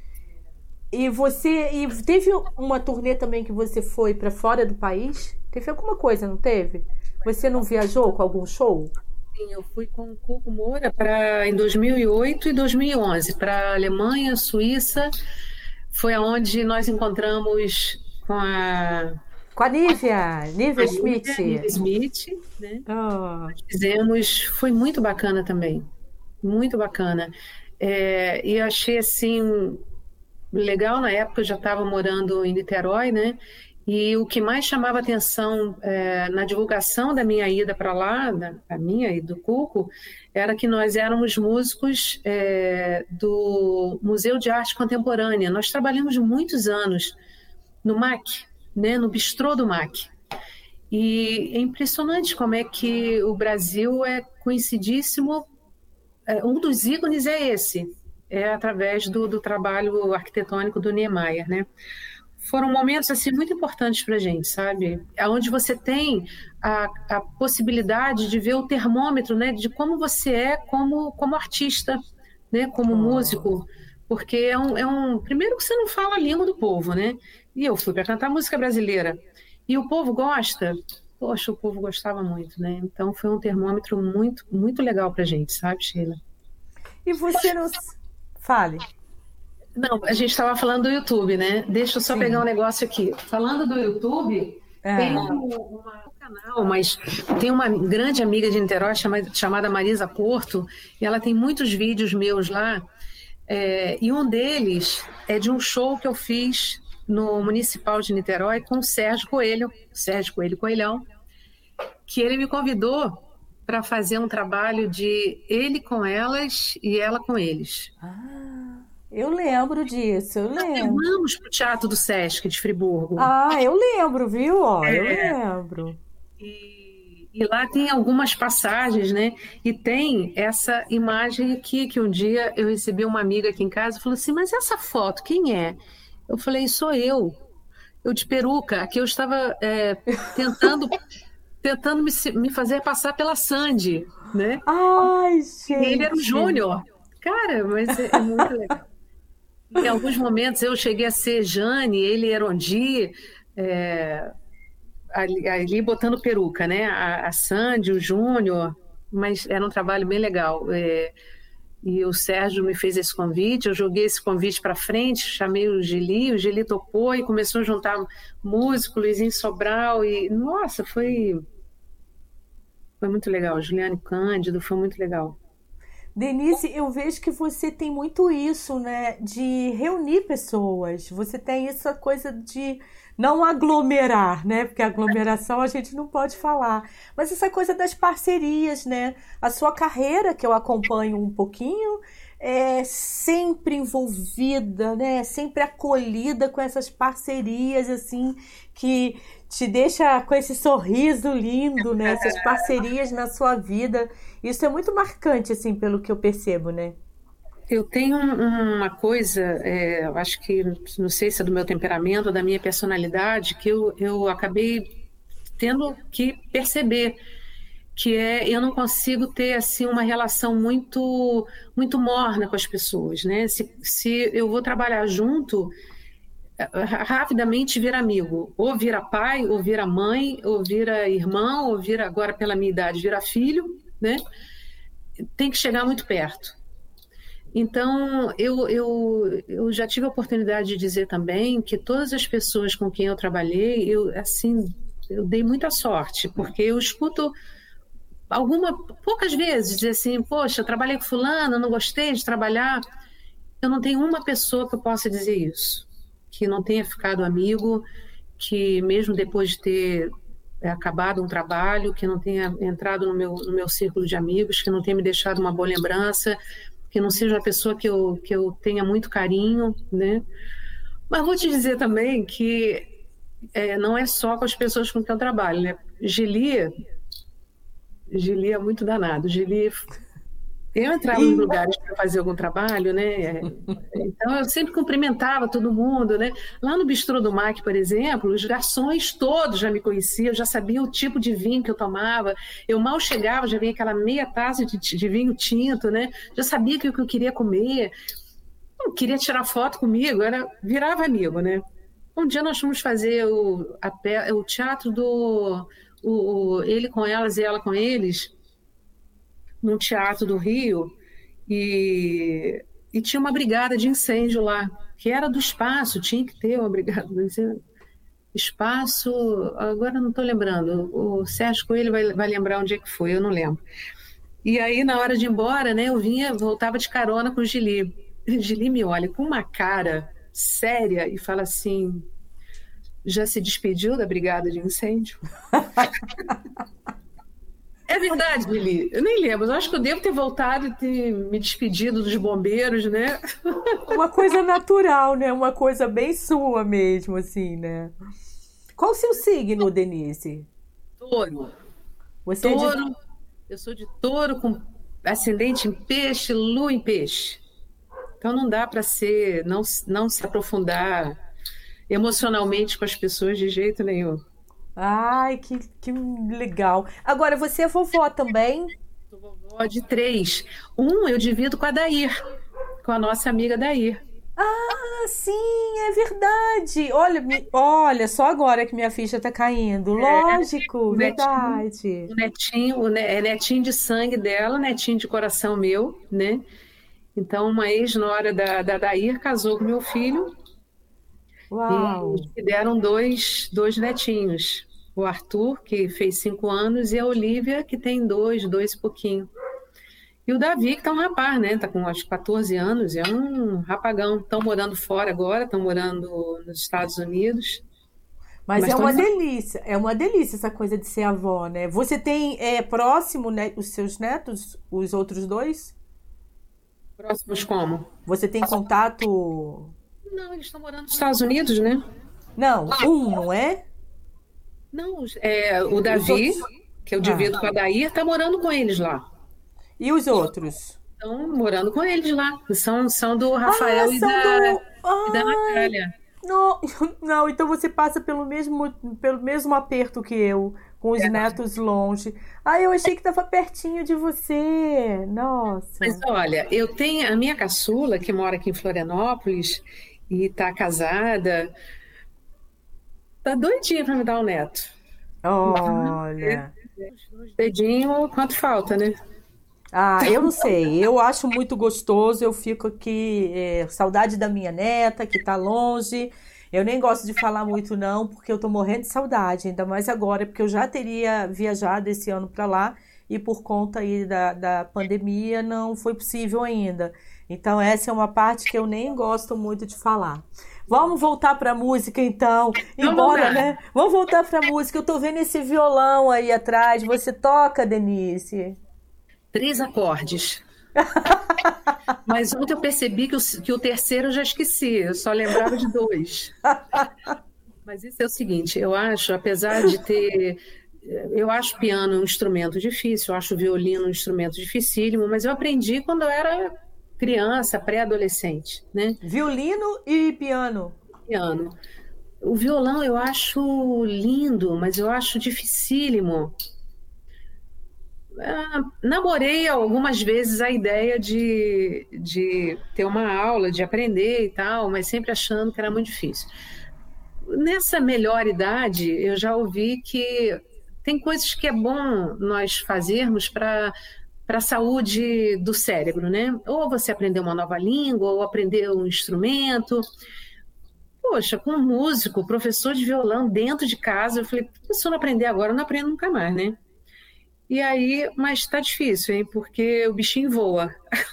E você, e teve uma turnê também que você foi para fora do país? Teve alguma coisa, não teve? Você não viajou com algum show? Sim, eu fui com o Cuco Moura pra, em dois mil e oito e dois mil e onze para Alemanha, Suíça. Foi aonde nós encontramos com a Com a Nívia, Nívia a Schmidt. Nívia Smith, né? Ah, Fizemos, foi muito bacana também, muito bacana. É, e eu achei assim legal, na época eu já estava morando em Niterói, né? E o que mais chamava atenção é, na divulgação da minha ida para lá, da, a minha e do Cuco, era que nós éramos músicos é, do Museu de Arte Contemporânea. Nós trabalhamos muitos anos no M A C, né? No bistrô do M A C. E é impressionante como é que o Brasil é conhecidíssimo. É, um dos ícones é esse, é através do, do trabalho arquitetônico do Niemeyer, né? Foram momentos assim muito importantes para a gente, sabe? Onde você tem a, a possibilidade de ver o termômetro, né? De como você é como, como artista, né? Como músico, porque é um, é um... Primeiro que você não fala a língua do povo, né? E eu fui para cantar música brasileira. E o povo gosta. Poxa, o povo gostava muito, né? Então foi um termômetro muito, muito legal para a gente, sabe, Sheila? e você não... Fale. Não, a gente estava falando do YouTube, né? Deixa eu só Sim. pegar um negócio aqui. Falando do YouTube, É. tem um, uma- um canal, mas tem uma grande amiga de Niterói chama- chamada Marisa Porto, e ela tem muitos vídeos meus lá, é, e um deles é de um show que eu fiz no Municipal de Niterói com o Sérgio Coelho, Sérgio Coelho Coelhão, que ele me convidou para fazer um trabalho de ele com elas e ela com eles. Ah, eu lembro disso, eu lembro. Vamos para o Teatro do Sesc de Friburgo. Ah, eu lembro, viu? Ó, eu É. lembro. E, e lá tem algumas passagens, né? E tem essa imagem aqui que um dia eu recebi uma amiga aqui em casa e falou assim: mas essa foto, quem é? Eu falei: sou eu. Eu de peruca. Aqui eu estava é, tentando, tentando me, se- me fazer passar pela Sandy, né? Ai, E ele era o gente. Júnior. Cara, mas é, é muito legal. Em alguns momentos eu cheguei a ser Jane, ele era Ondi, é, ali, ali botando peruca, né? A, a Sandy, o Júnior, mas era um trabalho bem legal. É, e o Sérgio me fez esse convite, eu joguei esse convite para frente, chamei o Gili, o Gili topou e começou a juntar músicos, Luizinho Sobral, e nossa, foi, foi muito legal. Juliane Cândido, foi muito legal. Denise, eu vejo que você tem muito isso, né? De reunir pessoas. Você tem essa coisa de não aglomerar, né? Porque aglomeração a gente não pode falar. Mas essa coisa das parcerias, né? A sua carreira, que eu acompanho um pouquinho, é, sempre envolvida, né? Sempre acolhida com essas parcerias, assim, que te deixa com esse sorriso lindo, né? Essas parcerias na sua vida. Isso é muito marcante, assim, pelo que eu percebo, né? Eu tenho um- uma coisa, é, eu acho que, não sei se é do meu temperamento ou da minha personalidade, que eu, eu acabei tendo que perceber, que é eu não consigo ter assim uma relação muito muito morna com as pessoas, né? Se, se eu vou trabalhar junto, eh, rapidamente vira amigo, ou vira pai, ou vira mãe, ou vira irmão, ou vira agora pela minha idade vira filho, né? Tem que chegar muito perto. Então, eu, eu, eu já tive a oportunidade de dizer também que todas as pessoas com quem eu trabalhei, eu, assim, eu dei muita sorte, porque eu escuto alguma, poucas vezes dizer assim, poxa, eu trabalhei com fulano, não gostei de trabalhar. Eu não tenho uma pessoa que eu possa dizer isso, que não tenha ficado amigo, que mesmo depois de ter é, acabado um trabalho, que não tenha entrado no meu, no meu círculo de amigos, que não tenha me deixado uma boa lembrança, que não seja uma pessoa que eu, que eu tenha muito carinho, né? Mas vou te dizer também que é, não é só com as pessoas com quem eu trabalho, né? Gili, Gili é muito danado. Gili, eu entrava nos E lugares para fazer algum trabalho, né? Então eu sempre cumprimentava todo mundo, né? Lá no Bistrô do Mac, por exemplo, os garçons todos já me conheciam, já sabiam o tipo de vinho que eu tomava. Eu mal chegava, já vinha aquela meia taça de, de vinho tinto, né? Já sabia que o que eu queria comer. Não queria tirar foto comigo, era virava amigo, né? Um dia nós fomos fazer o, a pe- o teatro do o, o- ele com elas e ela com eles num teatro do Rio e, e tinha uma brigada de incêndio lá, que era do espaço, tinha que ter uma brigada de incêndio. Espaço, agora eu não estou lembrando, o Sérgio Coelho vai, vai lembrar onde é que foi, eu não lembro. E aí, na hora de ir embora, né, eu vinha, voltava de carona com o Gili. E Gili me olha com uma cara séria e fala assim: já se despediu da brigada de incêndio? É verdade, Lili. Eu nem lembro. Eu acho que eu devo ter voltado e ter me despedido dos bombeiros, né? uma coisa natural, né? Uma coisa bem sua mesmo, assim, né? Qual o seu signo, Denise? Touro. Você é de... Touro. Eu sou de touro com ascendente em peixe, lua em peixe. Então não dá para ser, não, não se aprofundar emocionalmente com as pessoas de jeito nenhum. Ai, que, que legal. Agora, você é vovó também? Sou vovó de três. Um eu divido com a Dair, com a nossa amiga Dair. Ah, sim, é verdade. Olha, me- olha, só agora que minha ficha tá caindo. Lógico, O netinho, verdade. o netinho, o ne- é netinho de sangue dela, netinho de coração meu, né? Então, uma ex-nora da, da Dair casou com meu filho e Uau. eles me deram dois, dois netinhos. O Arthur, que fez cinco anos, e a Olivia, que tem dois, dois e pouquinho. E o Davi, que tá um rapaz, né? Tá com acho que quatorze anos, é um rapagão. Estão morando fora agora, estão morando nos Estados Unidos. Mas Mas é estão uma delícia, é uma delícia essa coisa de ser avó, né? Você tem é, próximo, né, os seus netos, os outros dois? próximos como? Você tem contato? Não, eles estão morando nos Estados Unidos, né? Não, um, não é? Não, os- é, o Os Davi, outros. que eu Ah, divido com a Dair, tá morando com eles lá. e os outros? Estão morando com eles lá. São, são do Ah, Rafael e são da, do. e da Ai, Natália. não, não, então você passa pelo mesmo, pelo mesmo aperto que eu, com os netos longe. Ah, eu achei que estava pertinho de você. Mas Nossa. olha, eu tenho a minha caçula, que mora aqui em Florianópolis e está casada, tá doidinha para me dar um neto. Olha. Nos dedinhos, quanto falta, né? Ah, eu não sei. Eu acho muito gostoso. Eu fico aqui, é, saudade da minha neta, que tá longe. Eu nem gosto de falar muito, não, porque eu tô morrendo de saudade, ainda mais agora, porque eu já teria viajado esse ano para lá e por conta aí da, da pandemia não foi possível ainda. Então, essa é uma parte que eu nem gosto muito de falar. Vamos voltar para a música, então. Então vamos Embora, lá. né? Vamos voltar para a música. Eu tô vendo esse violão aí atrás. Você toca, Denise? Três acordes. Mas ontem eu percebi que o, que o terceiro eu já esqueci, eu só lembrava de dois. Mas isso é o seguinte, eu acho, apesar de ter... Eu acho piano um instrumento difícil, eu acho violino um instrumento dificílimo, mas eu aprendi quando eu era criança, pré-adolescente, né? Violino e piano. Piano. O violão eu acho lindo, mas eu acho dificílimo. Ah, namorei algumas vezes a ideia de, de ter uma aula, de aprender e tal, mas sempre achando que era muito difícil. Nessa melhor idade, eu já ouvi que tem coisas que é bom nós fazermos para para a saúde do cérebro, né? Ou você aprender uma nova língua, ou aprender um instrumento. Poxa, com um músico, professor de violão dentro de casa, eu falei, se eu não aprender agora, eu não aprendo nunca mais, né? E aí, mas tá difícil, hein? Porque o bichinho voa.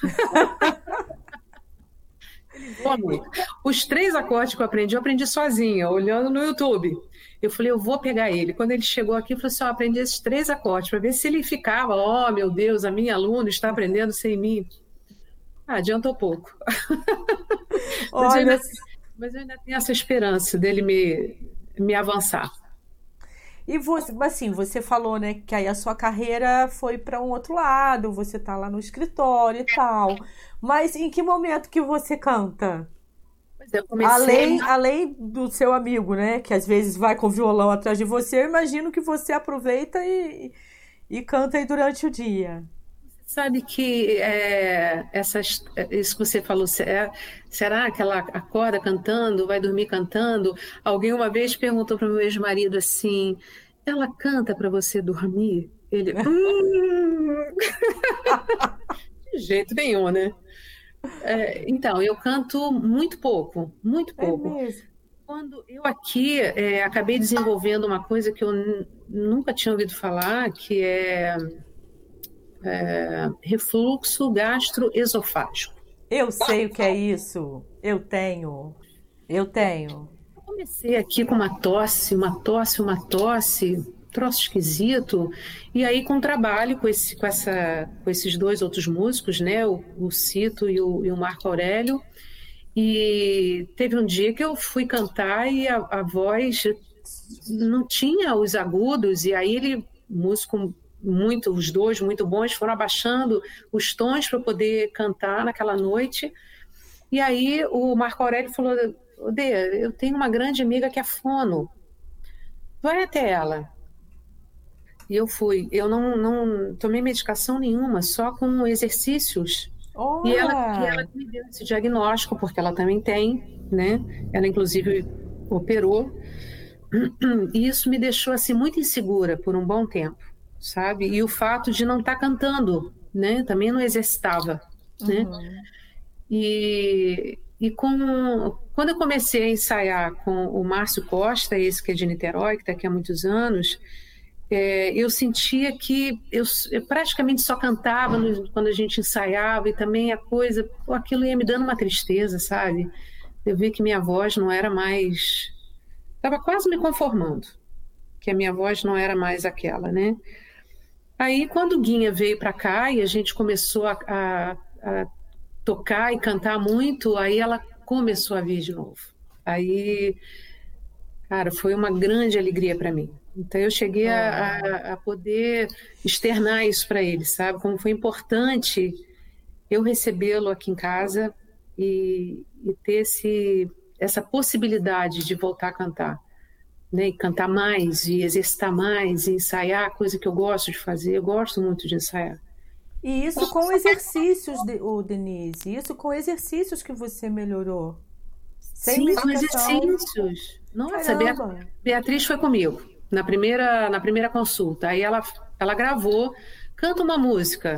Ele voa muito. Os três acordes que eu aprendi, eu aprendi sozinha, olhando no YouTube. Eu falei, eu vou pegar ele. Quando ele chegou aqui, eu falei assim, ó, aprendi esses três acordes, para ver se ele ficava, ó, oh, meu Deus, a minha aluna está aprendendo sem mim. Ah, adiantou pouco. Olha... Mas, eu ainda, mas eu ainda tenho essa esperança dele me, me avançar. E você, assim, você falou, né, que aí a sua carreira foi para um outro lado, você tá lá no escritório e tal. Mas em que momento que você canta? Pois é, eu comecei... Além, além do seu amigo, né, que às vezes vai com o violão atrás de você, eu imagino que você aproveita e, e canta aí durante o dia. Sabe que é, essas, isso que você falou, é, será que ela acorda cantando, vai dormir cantando? Alguém uma vez perguntou para o meu ex-marido assim, ela canta para você dormir? Ele, hum... de jeito nenhum, né? É, então, eu canto muito pouco, muito pouco. É mesmo? Quando eu aqui é, acabei desenvolvendo uma coisa que eu nunca tinha ouvido falar, que é... É, refluxo gastroesofágico. Eu sei o que é isso. Eu tenho. Eu tenho. Eu comecei aqui com uma tosse, uma tosse, uma tosse, troço esquisito, e aí com trabalho com, esse, com, essa, com esses dois outros músicos, né, o, o Cito e o, e o Marco Aurélio, e teve um dia que eu fui cantar e a, a voz não tinha os agudos, e aí ele, músico muito, os dois muito bons, foram abaixando os tons para poder cantar naquela noite. E aí o Marco Aurélio falou, Dê, eu tenho uma grande amiga que é fono, vai até ela. E eu fui. Eu não, não tomei medicação nenhuma, só com exercícios. Olha. E ela, e ela me deu esse diagnóstico, porque ela também tem, né? Ela inclusive operou. E isso me deixou assim muito insegura por um bom tempo, sabe? E o fato de não estar cantando, né? Também não exercitava, né? Uhum. E, e com, quando eu comecei a ensaiar com o Márcio Costa, esse que é de Niterói, que está aqui há muitos anos, é, eu sentia que eu, eu praticamente só cantava no, quando a gente ensaiava, e também a coisa, pô, aquilo ia me dando uma tristeza, sabe? Eu vi que minha voz não era mais... Estava quase me conformando, que a minha voz não era mais aquela, né? Aí, quando o Guinha veio para cá e a gente começou a, a, a tocar e cantar muito, aí ela começou a vir de novo. Aí, cara, foi uma grande alegria para mim. Então, eu cheguei a, a, a poder externar isso para ele, sabe? Como foi importante eu recebê-lo aqui em casa e, e ter esse, essa possibilidade de voltar a cantar. Né, e cantar mais, e exercitar mais, e ensaiar, coisa que eu gosto de fazer. Eu gosto muito de ensaiar. E isso com exercícios, de, oh, Denise, isso com exercícios que você melhorou. Sem Sim, medicação. com exercícios. Nossa, Beatriz, Beatriz foi comigo na primeira, na primeira consulta. Aí ela, ela gravou, canta uma música.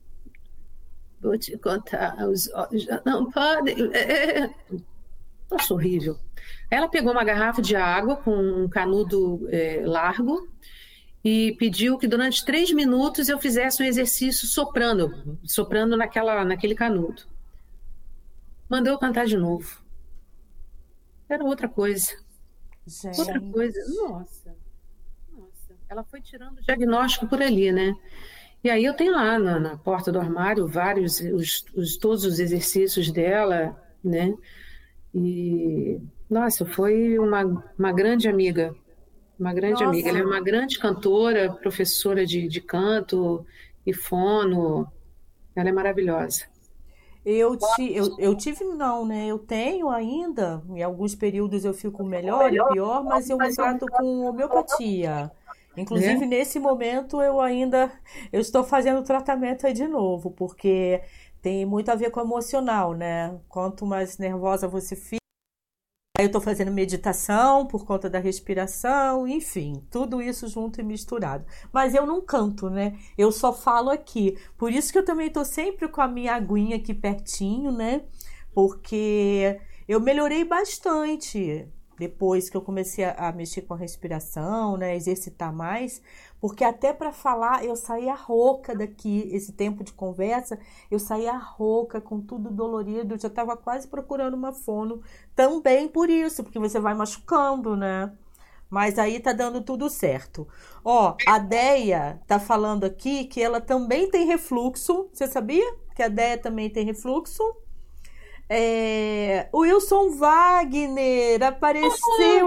Vou te contar, os olhos já não podem. Nossa, horrível. Ela pegou uma garrafa de água com um canudo é, largo e pediu que durante três minutos eu fizesse um exercício soprando, soprando naquela, naquele canudo. Mandou eu cantar de novo. Era outra coisa. Gente. Outra coisa. Nossa. Nossa. Ela foi tirando o diagnóstico por ali, né? E aí eu tenho lá na, na porta do armário vários, os, os, todos os exercícios dela, né? E, nossa, foi uma, uma grande amiga, uma grande amiga. Ela é Nossa, uma grande cantora, professora de, de canto e fono. Ela é maravilhosa. eu, ti, eu, eu tive, não, né? Eu tenho ainda, em alguns períodos eu fico melhor e pior, mas eu me trato com homeopatia. Né? Inclusive, nesse momento, eu ainda eu estou fazendo tratamento aí de novo, porque tem muito a ver com o emocional, né? Quanto mais nervosa você fica, aí eu estou fazendo meditação por conta da respiração, enfim, tudo isso junto e misturado. Mas eu não canto, né? Eu só falo aqui. Por isso que eu também estou sempre com a minha aguinha aqui pertinho, né? Porque eu melhorei bastante depois que eu comecei a, a mexer com a respiração, né? Exercitar mais. Porque até para falar eu saía rouca daqui, esse tempo de conversa, eu saía rouca, com tudo dolorido, eu já estava quase procurando uma fono, também por isso, porque você vai machucando, né? Mas aí tá dando tudo certo. Ó, a Deia tá falando aqui que ela também tem refluxo, você sabia? Que a Deia também tem refluxo? É, o Wilson Wagner apareceu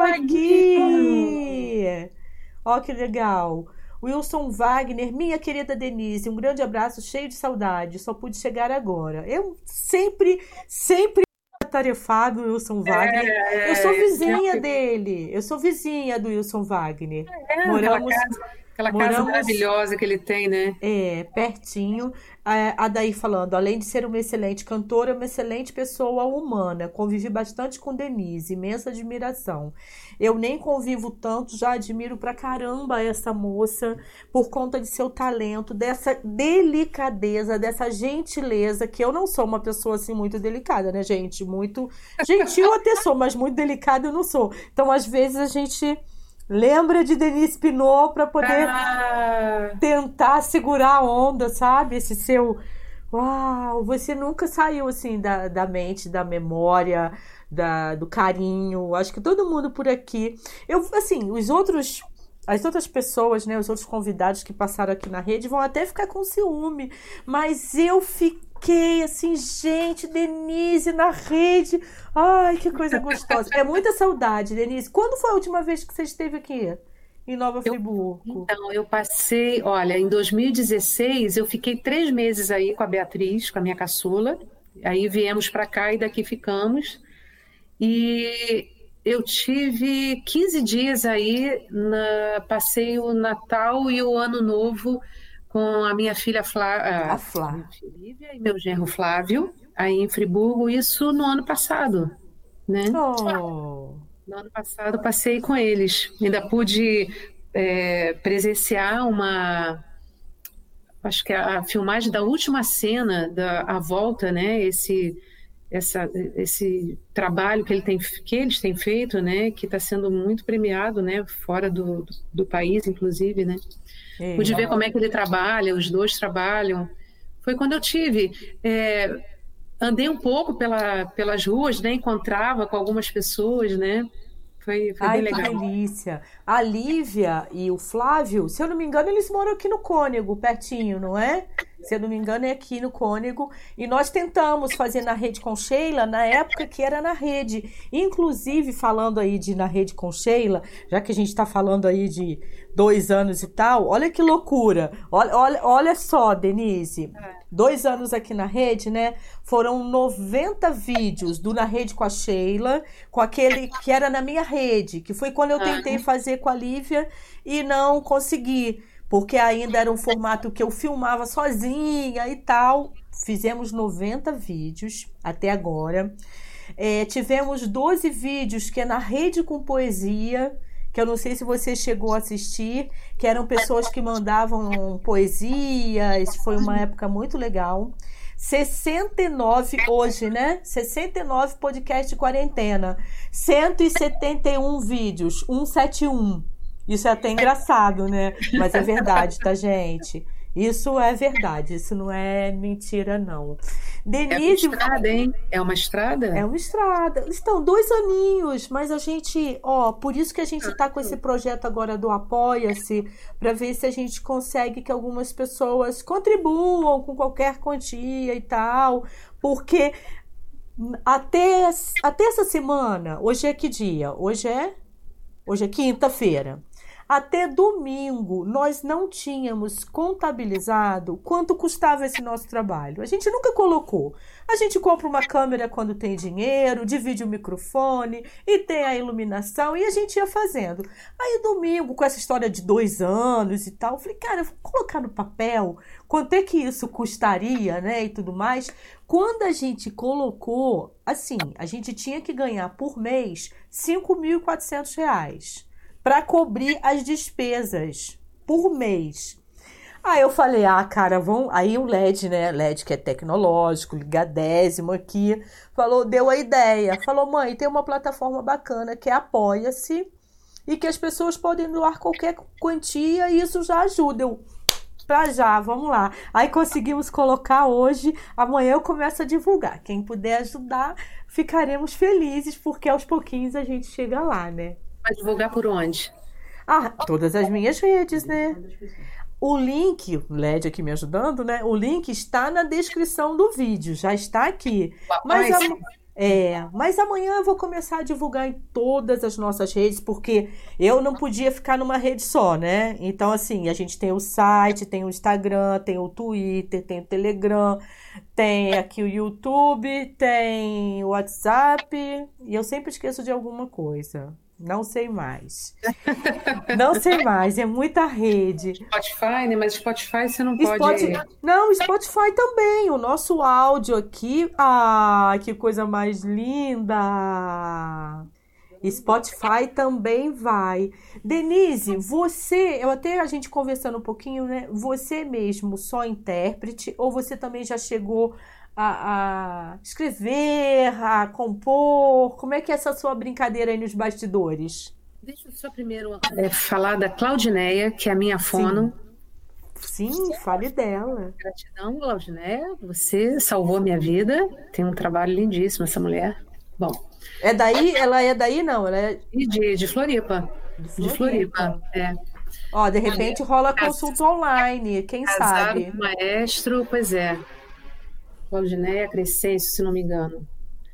aqui! Ó, que legal! Wilson Wagner, minha querida Denise, um grande abraço, cheio de saudade. Só pude chegar agora. Eu sempre, sempre atarefado, Wilson Wagner. Eu sou É, é, vizinha dele. Eu sou vizinha do Wilson Wagner. é, aquela Moramos, casa, aquela casa moramos maravilhosa que ele tem, né? é, pertinho. A a Daí falando, além de ser uma excelente cantora, é uma excelente pessoa humana. Convivi bastante com Denise, imensa admiração. Eu nem convivo tanto, já admiro pra caramba essa moça por conta de seu talento, dessa delicadeza, dessa gentileza, que eu não sou uma pessoa assim muito delicada, né, gente? Muito gentil até sou, mas muito delicada eu não sou. Então, às vezes, a gente lembra de Denise Pinot para poder Ah, tentar segurar a onda, sabe? Esse seu. Uau, você nunca saiu assim da, da mente, da memória, da, do carinho. Acho que todo mundo por aqui. Eu, assim, os outros. As outras pessoas, né, os outros convidados que passaram aqui na rede vão até ficar com ciúme, mas eu fiquei assim, gente, Denise na rede. Ai, que coisa gostosa. É muita saudade, Denise. Quando foi a última vez que você esteve aqui em Nova eu, Friburgo? então, eu passei, olha, em dois mil e dezesseis, eu fiquei três meses aí com a Beatriz, com a minha caçula. Aí viemos para cá e daqui ficamos. E eu tive quinze dias aí, na, passei o Natal e o Ano Novo com a minha filha A Flá, a Flá. minha filha Lívia e meu genro Flávio, aí em Friburgo, isso no ano passado, né? Oh, No ano passado passei com eles. Ainda pude é, presenciar uma, acho que a, a filmagem da última cena da a volta, né? Esse essa, esse trabalho que ele tem, que eles têm feito, né? Que está sendo muito premiado, né? Fora do, do, do país, inclusive, né? Pude ver é. como é que ele trabalha, os dois trabalham. Foi quando eu tive. É, andei um pouco pela, pelas ruas, né? Encontrava com algumas pessoas, né? Foi, foi bem Ai, que legal. delícia. A Lívia e o Flávio, se eu não me engano, eles moram aqui no Cônego, pertinho, não é? Se eu não me engano, é aqui no Cônego. E nós tentamos fazer na Rede com Sheila na época que era na rede. Inclusive, falando aí de na Rede com Sheila, já que a gente está falando aí de dois anos e tal, olha que loucura. Olha, olha, olha só, Denise. Dois anos aqui na rede, né? Foram noventa vídeos do Na Rede com a Sheila, com aquele que era na minha rede, que foi quando eu tentei fazer com a Lívia e não consegui, porque ainda era um formato que eu filmava sozinha e tal. Fizemos noventa vídeos até agora. É, tivemos doze vídeos que é na Rede com Poesia, que eu não sei se você chegou a assistir, que eram pessoas que mandavam poesias, foi uma época muito legal. sessenta e nove hoje, né? sessenta e nove podcast de quarentena. cento e setenta e um vídeos, cento e setenta e um. Isso é até engraçado, né? Mas é verdade, tá, gente? Isso é verdade, isso não é mentira, não. É uma Denise, estrada, hein? É uma estrada? é uma estrada. Estão dois aninhos, mas a gente, ó, por isso que a gente está com esse projeto agora do Apoia-se, para ver se a gente consegue que algumas pessoas contribuam com qualquer quantia e tal, porque até, até essa semana, hoje é que dia? Hoje é, hoje é quinta-feira. Até domingo, nós não tínhamos contabilizado quanto custava esse nosso trabalho. A gente nunca colocou. A gente compra uma câmera quando tem dinheiro, divide o microfone e tem a iluminação e a gente ia fazendo. Aí domingo, com essa história de dois anos e tal, eu falei, cara, eu vou colocar no papel quanto é que isso custaria, né, e tudo mais. Quando a gente colocou, assim, a gente tinha que ganhar por mês cinco mil e quatrocentos reais. Para cobrir as despesas por mês. Aí eu falei, ah, cara, vão. Aí o L E D, né? L E D que é tecnológico, ligadésimo aqui, falou, deu a ideia. Falou, mãe, tem uma plataforma bacana que é Apoia-se e que as pessoas podem doar qualquer quantia e isso já ajuda. Eu, pra já, vamos lá. Aí conseguimos colocar hoje, amanhã eu começo a divulgar. Quem puder ajudar, ficaremos felizes, porque aos pouquinhos a gente chega lá, né? Vai divulgar por onde? Ah, todas as minhas redes, né? O link, o L E D aqui me ajudando, né? O link está na descrição do vídeo, já está aqui. Mas, a, é, mas amanhã eu vou começar a divulgar em todas as nossas redes, porque eu não podia ficar numa rede só, né? Então, assim, a gente tem o site, tem o Instagram, tem o Twitter, tem o Telegram, tem aqui o YouTube, tem o WhatsApp, e eu sempre esqueço de alguma coisa. Não sei mais. Não sei mais, é muita rede. Spotify, né? Mas Spotify você não Spotify... pode... Não, Spotify também. O nosso áudio aqui... Ah, que coisa mais linda! Spotify também vai. Denise, você... Eu até a gente conversando um pouquinho, né? Você mesmo só intérprete ou você também já chegou... A, a escrever, a compor? Como é que é essa sua brincadeira aí nos bastidores? Deixa eu só primeiro é, falar da Claudineia, que é a minha fono. Sim, Sim, fale dela. Gratidão, Claudineia. Você salvou minha vida. Tem um trabalho lindíssimo essa mulher. Bom. É daí? Ela é daí, não? Ela é... De, de Floripa. De Floripa, de Floripa é. Ó, de repente rola consulta online, quem sabe? Maestro, pois é. Claudineia Crescêncio, se não me engano.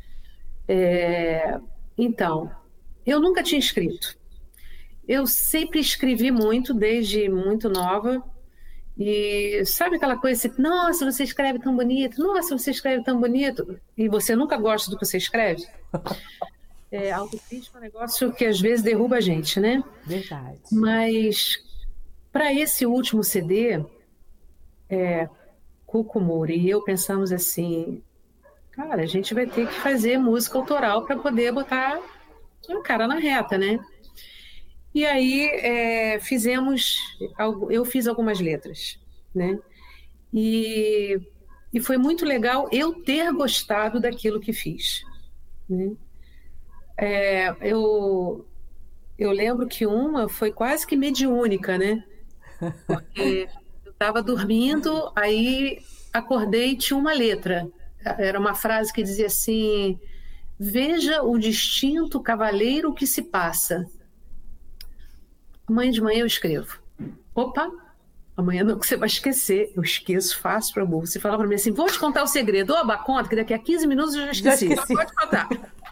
É, então, eu nunca tinha escrito. Eu sempre escrevi muito, desde muito nova. E sabe aquela coisa assim, nossa, você escreve tão bonito, nossa, você escreve tão bonito. E você nunca gosta do que você escreve? É, autocrítica é um negócio que às vezes derruba a gente, né? Verdade. Mas, para esse último C D... É, Cuco Moura e eu pensamos assim, cara, a gente vai ter que fazer música autoral para poder botar a cara na reta, né? E aí é, fizemos, eu fiz algumas letras, né? E, e foi muito legal eu ter gostado daquilo que fiz, né? É, eu, eu lembro que uma foi quase que mediúnica, né? Porque estava dormindo, aí acordei e tinha uma letra. Era uma frase que dizia assim: veja o distinto cavaleiro que se passa. Amanhã de manhã eu escrevo. Opa, amanhã não, que você vai esquecer. Eu esqueço fácil para burro. Você fala para mim assim, vou te contar o segredo. Oba, conta, que daqui a quinze minutos eu já esqueci. Já esqueci. Pode contar.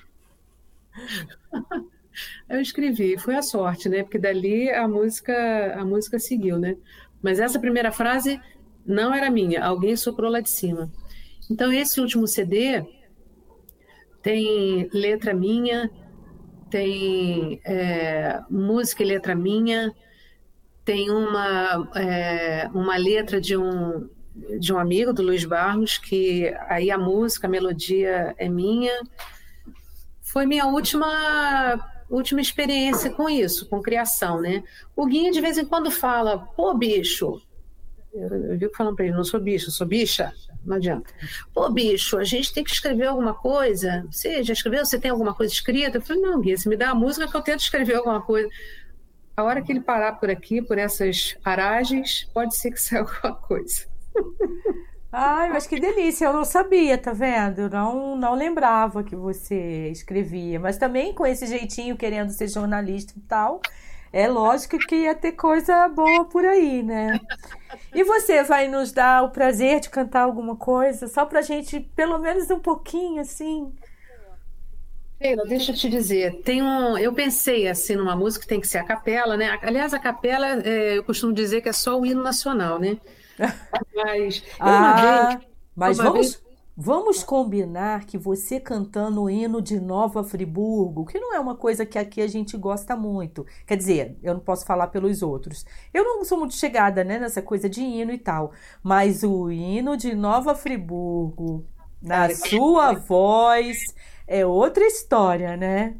Eu escrevi, foi a sorte, né? Porque dali a música, a música seguiu, né? Mas essa primeira frase não era minha, alguém soprou lá de cima. Então, esse último C D tem letra minha, tem é, música e letra minha, tem uma, é, uma letra de um, de um amigo, do Luiz Barros, que aí a música, a melodia é minha. Foi minha última... última experiência com isso, com criação, né? O Guinha de vez em quando fala, pô, bicho, eu, eu vivo falando para ele, não sou bicho, sou bicha, não adianta. Pô, bicho, a gente tem que escrever alguma coisa, você já escreveu, você tem alguma coisa escrita? Eu falei, não, Guinha, você me dá a música que eu tento escrever alguma coisa. A hora que ele parar por aqui, por essas paragens, pode ser que saia alguma coisa. Ai, mas que delícia, eu não sabia, tá vendo? Eu não, não lembrava que você escrevia, mas também com esse jeitinho, querendo ser jornalista e tal, é lógico que ia ter coisa boa por aí, né? E você vai nos dar o prazer de cantar alguma coisa, só pra gente, pelo menos um pouquinho, assim? Sheila, deixa eu te dizer, tem um, eu pensei assim numa música que tem que ser a capela, né? Aliás, a capela, é, eu costumo dizer que é só o hino nacional, né? Mas eu uma vez, Ah, mas uma vez, vamos, vamos combinar que você cantando o hino de Nova Friburgo, que não é uma coisa que aqui a gente gosta muito. Quer dizer, eu não posso falar pelos outros. Eu não sou muito chegada, né, nessa coisa de hino e tal. Mas o hino de Nova Friburgo, na cara, sua voz, é outra história, né?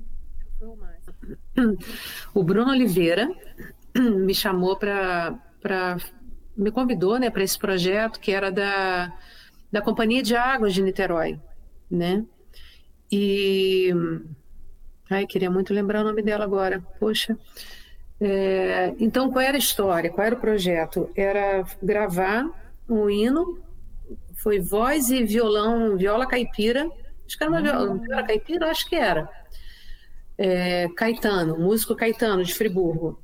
o Bruno Oliveira me chamou para para me convidou, né, para esse projeto que era da da Companhia de Águas de Niterói, né? E ai, queria muito lembrar o nome dela agora. Poxa. É, então, qual era a história? Qual era o projeto? Era gravar um hino, foi voz e violão, viola caipira. Acho que era uma viola, viola Hum, caipira, acho que era. É, Caetano, músico Caetano de Friburgo.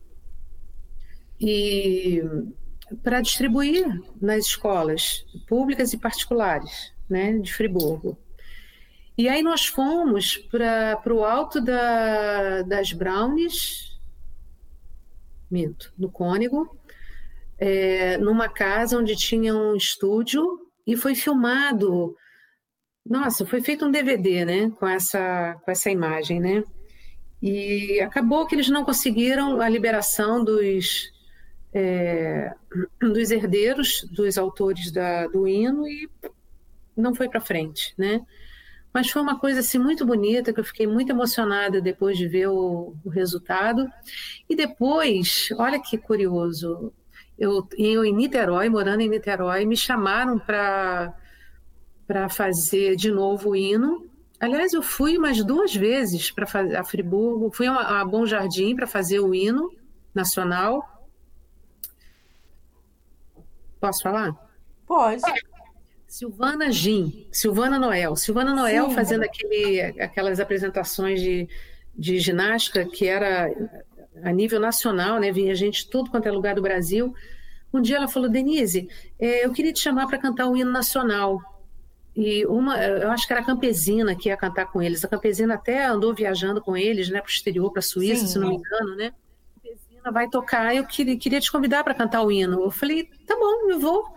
E para distribuir nas escolas públicas e particulares, né, de Friburgo. E aí nós fomos para o alto da, das Brownies, minto, no Cônego, é, numa casa onde tinha um estúdio e foi filmado. Nossa, foi feito um D V D, né, com essa, com essa imagem, né? E acabou que eles não conseguiram a liberação dos, é, dos herdeiros, dos autores da, do hino e não foi para frente, né? Mas foi uma coisa assim muito bonita que eu fiquei muito emocionada depois de ver o, o resultado. E depois, olha que curioso, eu, eu em Niterói, morando em Niterói, me chamaram para para fazer de novo o hino. Aliás, eu fui umas duas vezes para fazer a Friburgo, fui a, a Bom Jardim para fazer o hino nacional. Posso falar? pode. Silvana Gin, Silvana Noel. Silvana Noel fazendo Sim. aquele, aquelas apresentações de, de ginástica que era a nível nacional, né? Vinha gente de tudo quanto é lugar do Brasil. Um dia ela falou, Denise, eh, eu queria te chamar para cantar o hino nacional. E uma, eu acho que era a Campesina que ia cantar com eles. A Campesina até andou viajando com eles, né, para o exterior, para a Suíça, se não me Sim. engano, né? A Campesina vai tocar, eu queria, queria te convidar para cantar o hino. Eu falei, tá bom, eu vou.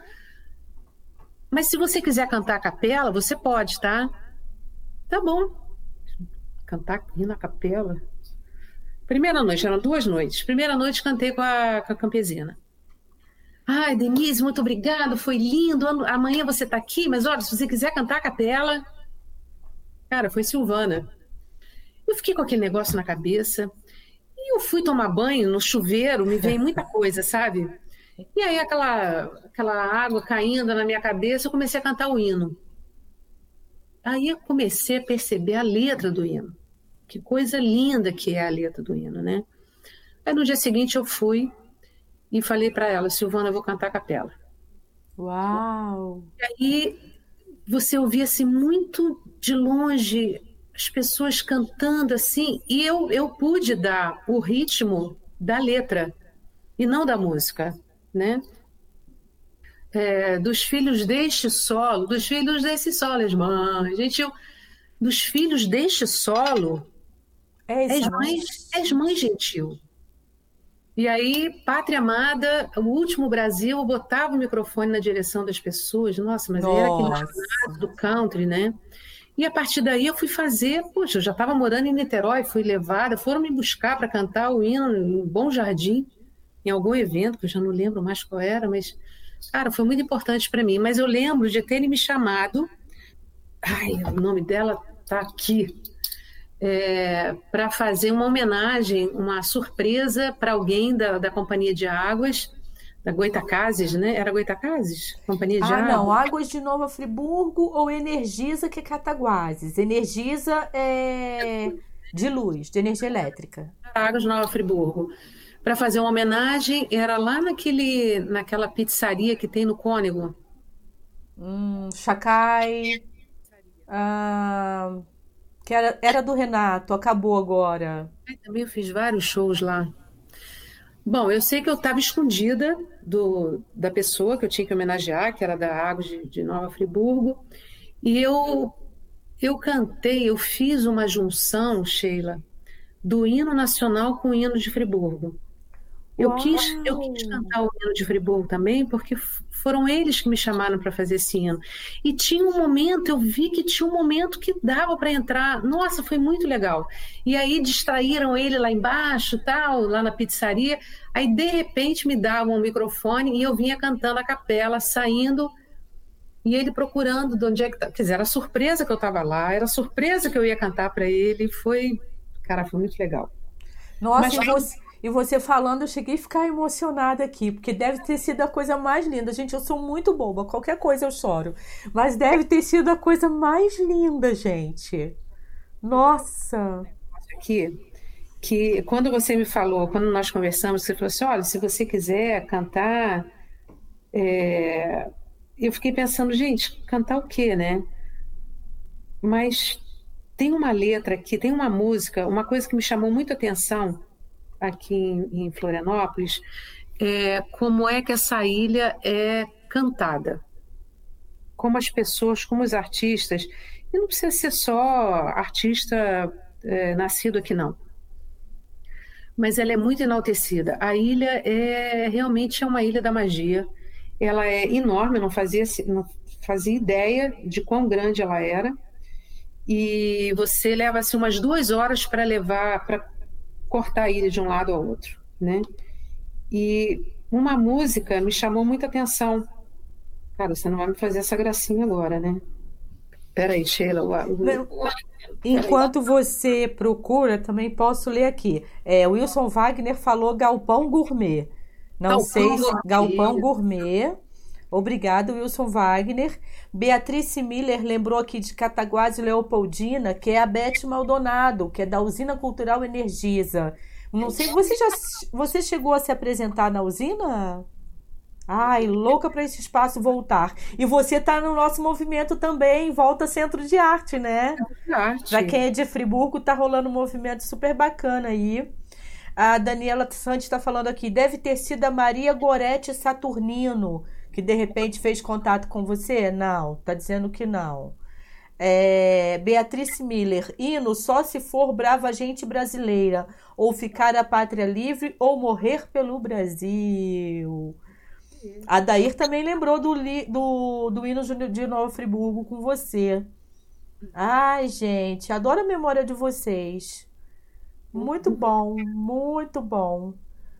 Mas se você quiser cantar a capela, você pode, tá? Tá bom. Cantar hino a capela. Primeira noite, eram duas noites. Primeira noite cantei com a, com a Campesina. Ai, Denise, muito obrigada, foi lindo. Amanhã você está aqui, mas olha, se você quiser cantar a capela. Cara, foi Silvana. Eu fiquei com aquele negócio na cabeça. E eu fui tomar banho no chuveiro, me veio muita coisa, sabe? E aí aquela, aquela água caindo na minha cabeça, eu comecei a cantar o hino. Aí eu comecei a perceber a letra do hino. Que coisa linda que é a letra do hino, né? Aí no dia seguinte eu fui e falei para ela, Silvana, eu vou cantar a capela. Uau! E você ouvia assim muito de longe as pessoas cantando assim, e eu, eu pude dar o ritmo da letra e não da música, né? É, dos filhos deste solo, dos filhos desse solo, as mães, gente, eu, dos filhos deste solo, És és mães, mães? és mãe gentil. E aí, Pátria Amada, o último Brasil, eu botava o microfone na direção das pessoas, nossa, mas aí era aquele Nossa. chamado do country, né? E a partir daí eu fui fazer, poxa, eu já estava morando em Niterói, fui levada, foram me buscar para cantar o hino em Bom Jardim, em algum evento, que eu já não lembro mais qual era, mas, cara, foi muito importante para mim. Mas eu lembro de terem me chamado, ai, o nome dela tá aqui, é, para fazer uma homenagem, uma surpresa para alguém da, da Companhia de Águas, da Goitacazes, né? Era Goitacazes? Companhia de Ah, não. Águas? Águas de Nova Friburgo ou Energisa, que é Cataguases. Energisa é de luz, de energia elétrica. Águas de Nova Friburgo. Para fazer uma homenagem, era lá naquele, naquela pizzaria que tem no Cônego. Hum, Chacai, ah, que era, era do Renato, acabou agora. Ai, também eu fiz vários shows lá. Bom, eu sei que eu estava escondida do, da pessoa que eu tinha que homenagear, que era da Águas de, de Nova Friburgo, e eu, eu cantei, eu fiz uma junção, Sheila, do hino nacional com o hino de Friburgo. Eu quis, eu quis Uau! cantar o hino de Friburgo também, porque f- foram eles que me chamaram para fazer esse hino. E tinha um momento, eu vi que tinha um momento que dava para entrar. Nossa, foi muito legal. E aí distraíram ele lá embaixo, tal, lá na pizzaria. Aí de repente me davam um microfone e eu vinha cantando a capela, saindo e ele procurando de onde é que tá. Quer dizer, era surpresa que eu estava lá, era surpresa que eu ia cantar para ele. Foi, cara, foi muito legal. Nossa, Mas e você, e você falando, eu cheguei a ficar emocionada aqui, porque deve ter sido a coisa mais linda. Gente, eu sou muito boba, qualquer coisa eu choro. Mas deve ter sido a coisa mais linda, gente. Nossa! aqui que quando você me falou, quando nós conversamos, você falou assim, olha, se você quiser cantar, é, eu fiquei pensando, gente, cantar o quê, né? Mas tem uma letra aqui, tem uma música, uma coisa que me chamou muito a atenção aqui em, em Florianópolis, é como é que essa ilha é cantada, como as pessoas, como os artistas, e não precisa ser só artista é, nascido aqui, não. Mas ela é muito enaltecida. A ilha é realmente é uma ilha da magia. Ela é enorme, eu não fazia, não fazia ideia de quão grande ela era. E você leva assim, umas duas horas para levar, para cortar a ilha de um lado ao outro, né? E uma música me chamou muita atenção. Cara, você não vai me fazer essa gracinha agora, né? Peraí, Sheila. O, o, o, peraí. Enquanto você procura, também posso ler aqui. É, Wilson Wagner falou Galpão Gourmet. Não sei Galpão se Galpão Gourmet. Gourmet. Obrigado, Wilson Wagner. Beatrice Miller lembrou aqui de Cataguases Leopoldina, que é a Beth Maldonado, que é da Usina Cultural Energisa. Não sei, você já você chegou a se apresentar na usina? Ai, louca para esse espaço voltar. E você está no nosso movimento também, Volta Centro de Arte, né? Para quem Arte. é de Friburgo, tá rolando um movimento super bacana aí. A Daniela Santos está falando aqui, deve ter sido a Maria Gorete Saturnino, que de repente fez contato com você? Não, tá dizendo que não. É, Beatrice Miller, hino só se for brava gente brasileira, ou ficar a pátria livre, ou morrer pelo Brasil. A Dair também lembrou do, li- do, do hino de de Nova Friburgo com você. Ai, gente, adoro a memória de vocês. Muito bom, muito bom.